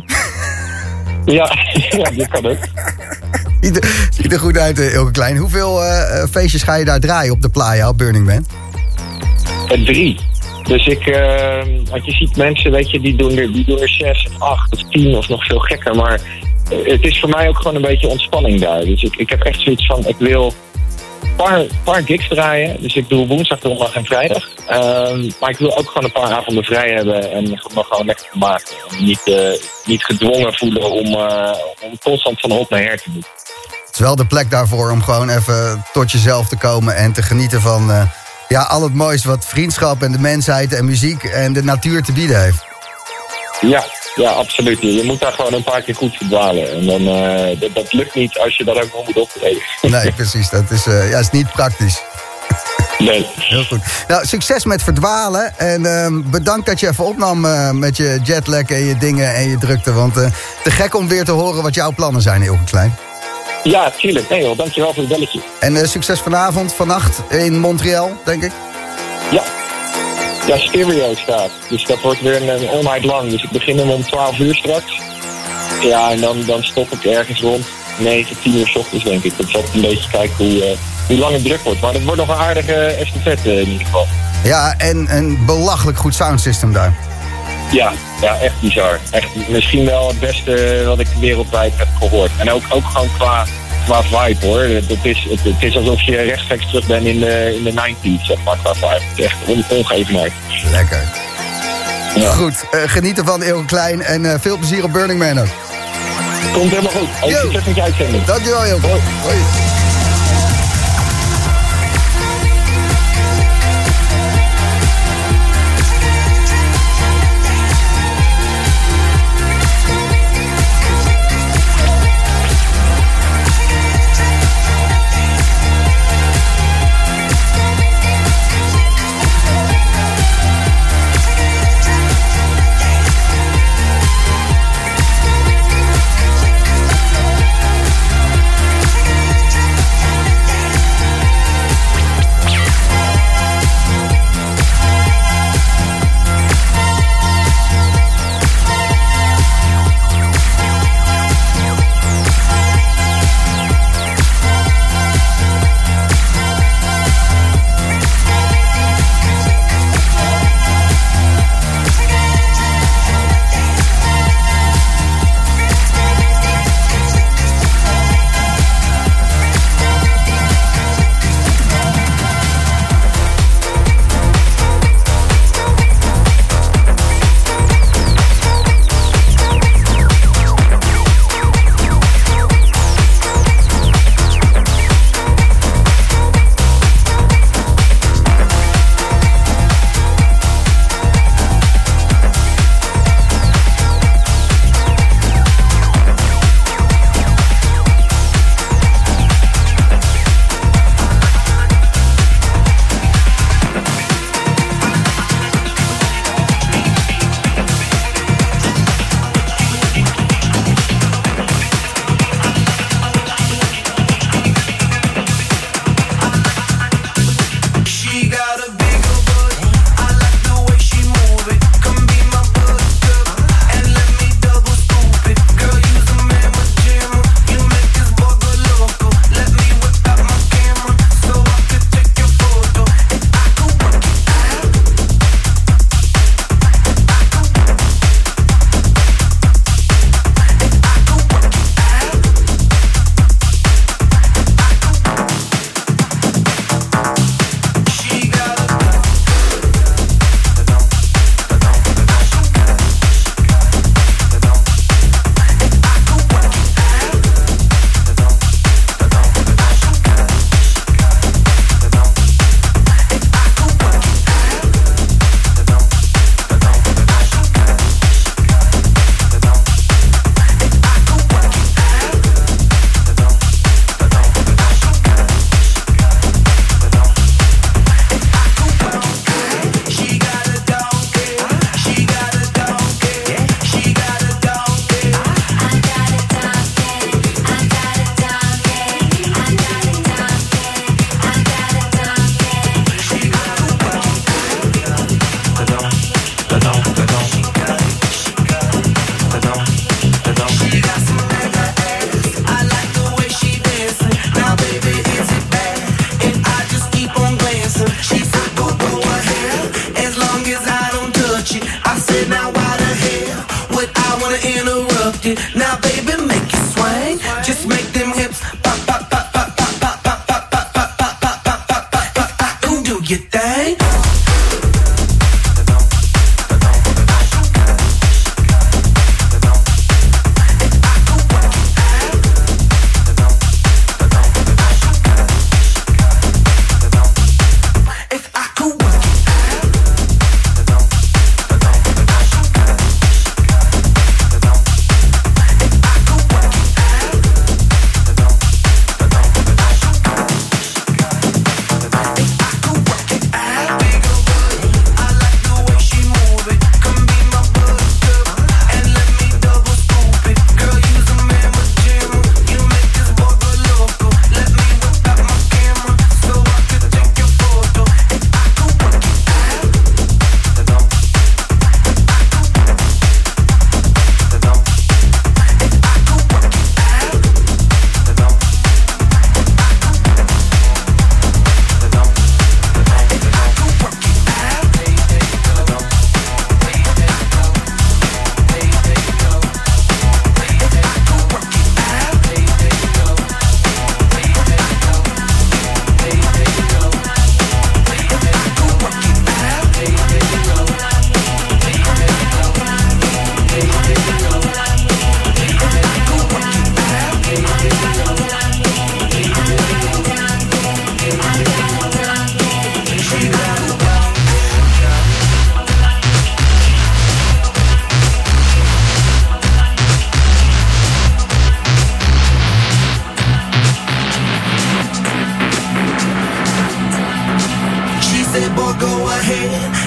Ja, ja, dat kan ook. Ziet er, ziet er goed uit, Ilke Klein. Hoeveel uh, feestjes ga je daar draaien op de playa op Burning Man? Uh, drie. Dus ik, uh, want je ziet mensen, weet je, die doen er, die doen er zes of acht of tien of nog veel gekker. Maar uh, het is voor mij ook gewoon een beetje ontspanning daar. Dus ik, ik heb echt zoiets van, ik wil een paar, paar gigs draaien. Dus ik doe woensdag, donderdag en vrijdag. Uh, maar ik wil ook gewoon een paar avonden vrij hebben en me gewoon lekker maken. En niet, uh, niet gedwongen voelen om, uh, om constant van hot naar her te doen. Het is wel de plek daarvoor om gewoon even tot jezelf te komen en te genieten van Uh... ja, al het moois wat vriendschap en de mensheid en muziek en de natuur te bieden heeft. Ja, ja, absoluut. Je moet daar gewoon een paar keer goed verdwalen. En dan, uh, dat, dat lukt niet als je dat ook nog moet optreden. Nee, precies. Dat is, uh, ja, is niet praktisch. Nee. Heel goed. Nou, succes met verdwalen. En uh, bedankt dat je even opnam uh, met je jetlag en je dingen en je drukte. Want uh, te gek om weer te horen wat jouw plannen zijn, Ilke Klein. Ja, tuurlijk. Nee joh, dankjewel voor het belletje. En uh, succes vanavond, vannacht in Montreal, denk ik? Ja. Ja, stereo staat. Dus dat wordt weer een, een all-night lang. Dus ik begin hem om twaalf uur straks. Ja, en dan, dan stop ik ergens rond negen, tien uur 's ochtends, denk ik. Dat zal een beetje kijken hoe, uh, hoe lang het druk wordt. Maar het wordt nog een aardige estafette uh, in ieder geval. Ja, en een belachelijk goed soundsystem daar. Ja, ja, echt bizar. Echt misschien wel het beste wat ik wereldwijd heb gehoord. En ook, ook gewoon qua, qua vibe, hoor. Het, het, is, het, het is alsof je rechtstreeks terug bent in de, in de negentig, zeg maar, qua vibe. Het is echt on, ongeëvenaard. Lekker. Ja. Goed, uh, geniet ervan, Ilke Klein. En uh, veel plezier op Burning Man ook. Komt helemaal goed. Hey, succes met je uitzending. Dankjewel, Ilke. Hoi. Hoi.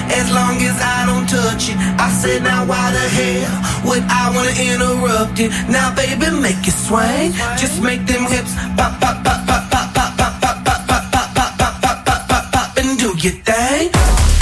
as long as I don't touch it. I said, now why the hell would I wanna interrupt it? Now baby, make it swing, just make them hips pop, pop, pop, pop, pop, pop, pop, pop, pop, pop, pop, pop, pop, pop, pop, pop, and do your thing.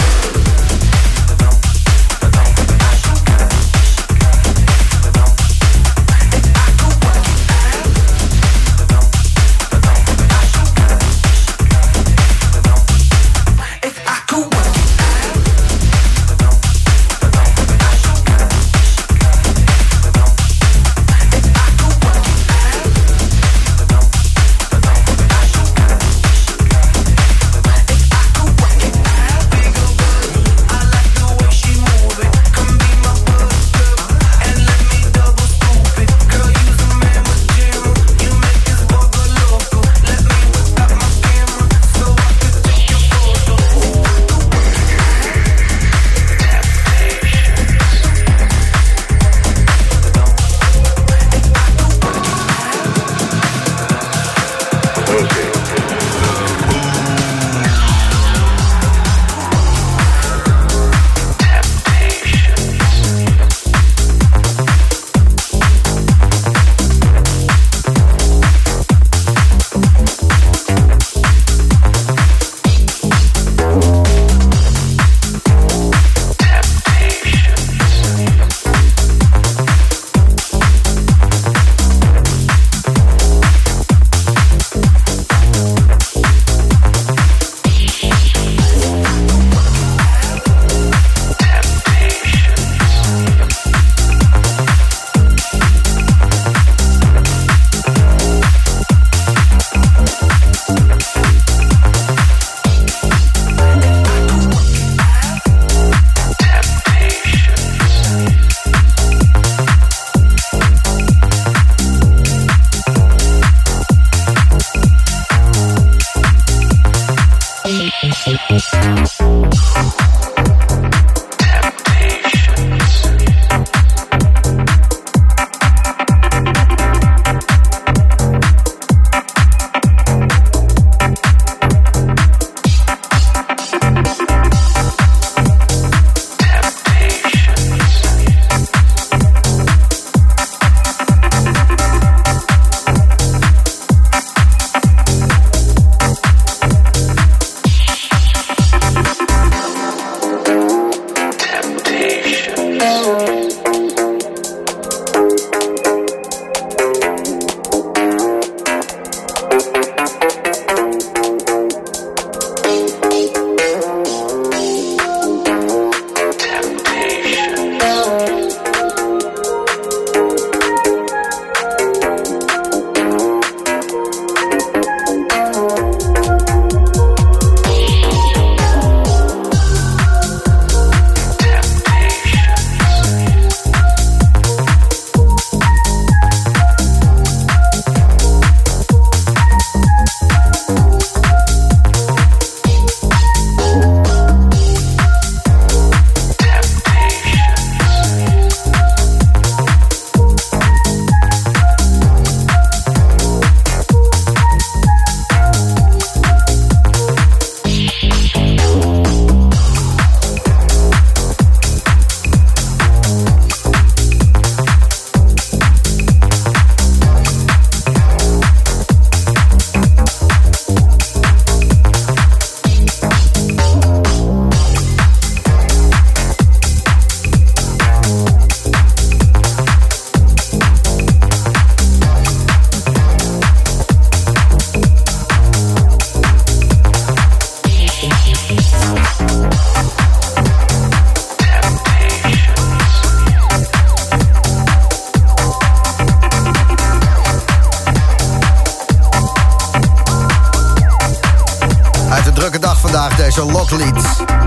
Deze Locklead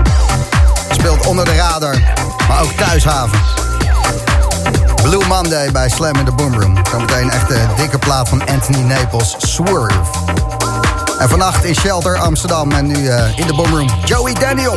speelt onder de radar, maar ook thuishaven. Blue Monday bij Slam in the Boom Room. Zometeen echt een dikke plaat van Anthony Naples, Swerve. En vannacht in Shelter Amsterdam en nu uh, in de Boom Room, Joey Daniel.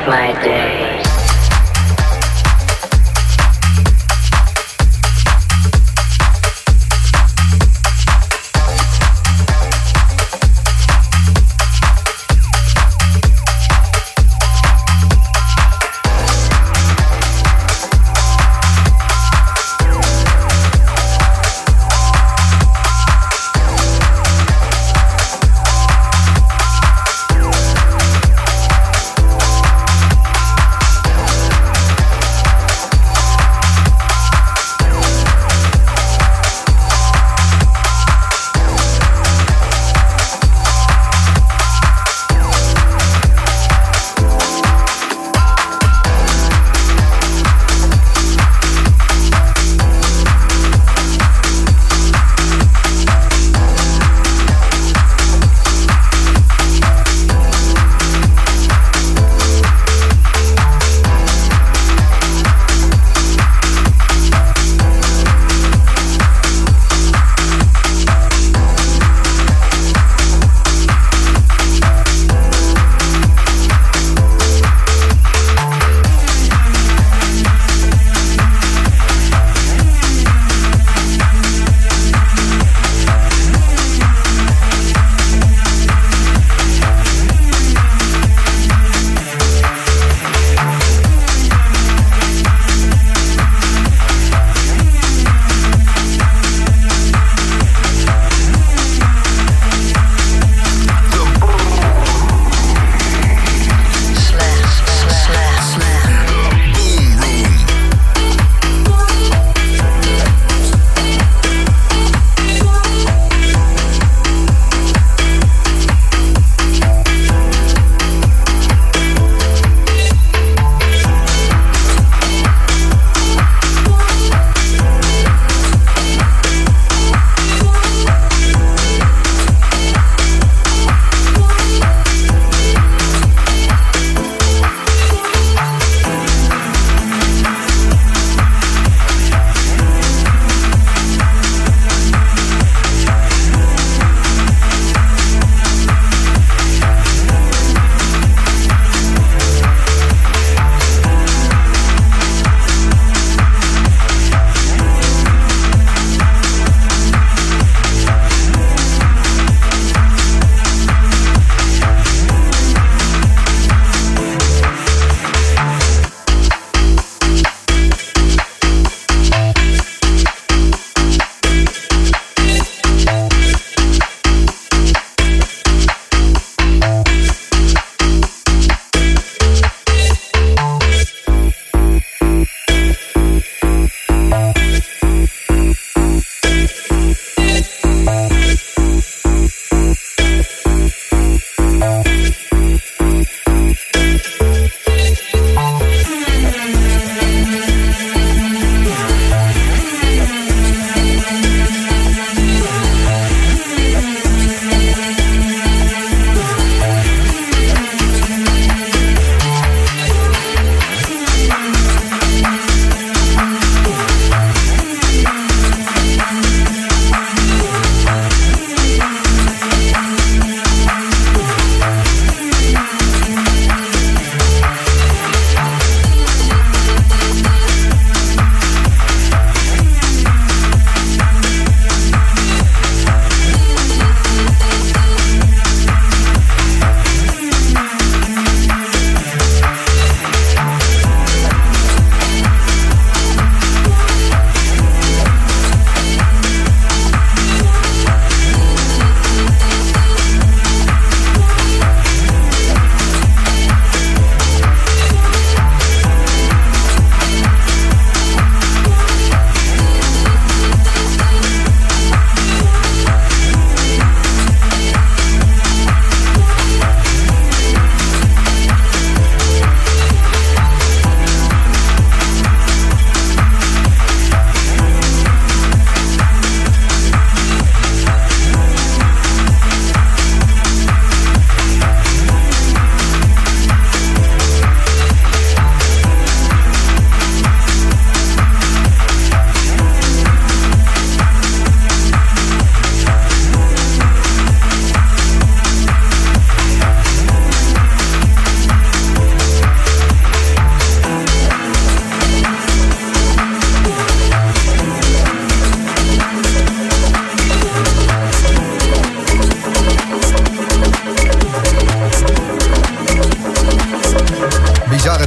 my day.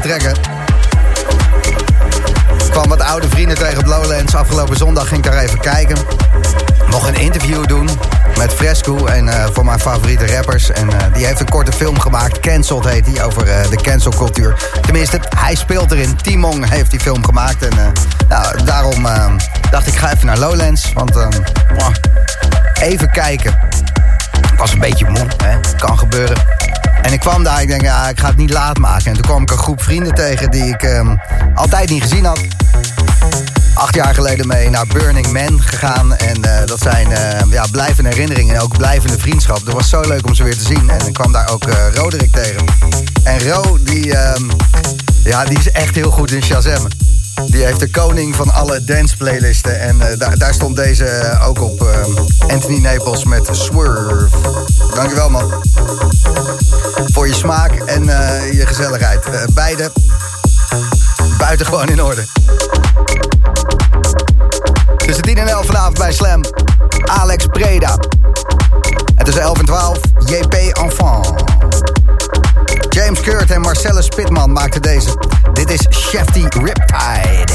trekken. Ik kwam wat oude vrienden tegen op Lowlands. Afgelopen zondag ging ik daar even kijken. Nog een interview doen met Fresco en uh, voor mijn favoriete rappers. En uh, die heeft een korte film gemaakt. Cancelled heet die, over uh, de cancelcultuur. Tenminste, hij speelt erin. Timon heeft die film gemaakt. En uh, nou, daarom uh, dacht ik, ik ga even naar Lowlands. Want uh, even kijken. Ik was een beetje moe, hè? Kan gebeuren. En ik kwam daar, ik denk, ja, ik ga het niet laat maken. En toen kwam ik een groep vrienden tegen die ik um, altijd niet gezien had. Acht jaar geleden mee naar Burning Man gegaan. En uh, dat zijn uh, ja, blijvende herinneringen en ook blijvende vriendschap. Het was zo leuk om ze weer te zien. En ik kwam daar ook uh, Roderick tegen. En Ro, die, um, ja, die is echt heel goed in Shazam. Die heeft de koning van alle danceplaylisten. En uh, daar, daar stond deze uh, ook op. Uh, Anthony Naples met Swerve. Dankjewel, man. Voor je smaak en uh, je gezelligheid. Uh, beide buitengewoon in orde. Tussen tien en elf vanavond bij Slam. Alex Preda. En tussen elf en twaalf J P Enfant. James Kurt en Marcellus Pitman maakten deze. Dit is Shefty Riptide.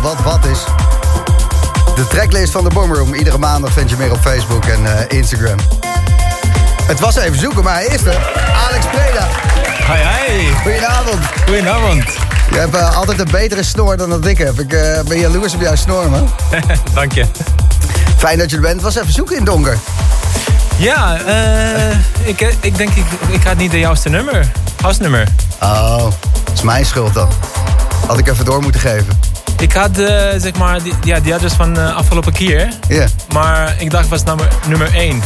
wat wat is. De tracklist van de Boom Room. Iedere maandag vind je meer op Facebook en uh, Instagram. Het was even zoeken, maar hij is er. Alex Preda. Hi, hi. Goedenavond. Goedenavond. Je hebt uh, altijd een betere snor dan dat ik heb. Ik uh, ben jaloers op jouw snor, man. Dank je. Fijn dat je er bent. Het was even zoeken in het donker. Ja, uh, ik, ik denk ik, ik had niet de juiste nummer. Huisnummer. Oh, dat is mijn schuld dan. Had ik even door moeten geven. Ik had uh, zeg maar die, ja, die adres van uh, afgelopen keer. Ja. Yeah. Maar ik dacht het was nummer, nummer één.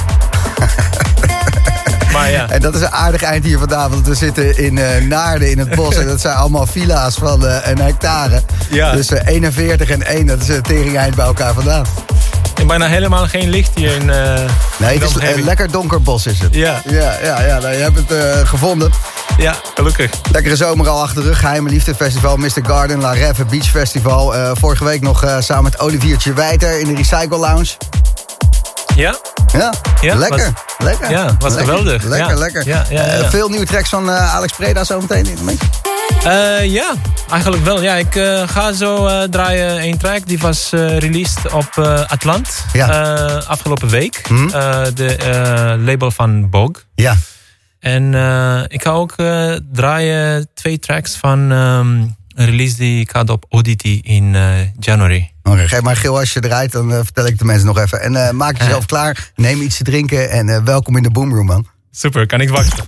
Maar ja. En dat is een aardig eind hier vanavond. We zitten in uh, Naarden in het bos. En dat zijn allemaal villa's van uh, een hectare. Ja. Dus uh, eenenveertig en één, dat is een tering eind bij elkaar vandaan. Ik ben nou helemaal geen licht hier in uh, Nee, het is een lekker donker bos is het. Ja. Ja, ja, ja nou, je hebt het uh, gevonden. Ja, gelukkig. Lekkere zomer al achter de rug. Geheime Liefde Festival, mister Garden, La Reve Beach Festival. Uh, vorige week nog uh, samen met Oliviertje Wijter in de Recycle Lounge. Ja? Ja, ja lekker. Was, lekker. Ja, was lekker. geweldig. Lekker, ja. lekker. Ja, ja, ja, ja. Uh, veel nieuwe tracks van uh, Alex Preda zometeen in de uh, Ja, eigenlijk wel. Ja, ik uh, ga zo uh, draaien één track. Die was uh, released op uh, Atlant. Ja. Uh, afgelopen week. Mm-hmm. Uh, de uh, label van Bog. Ja. En uh, ik ga ook uh, draaien twee tracks van um, een release die ik had op Oddity in uh, january. Oké, okay, geef maar Gil als je draait, dan uh, vertel ik de mensen nog even. En uh, maak jezelf uh. klaar, neem iets te drinken en uh, welkom in de Boom Room, man. Super, kan ik wachten.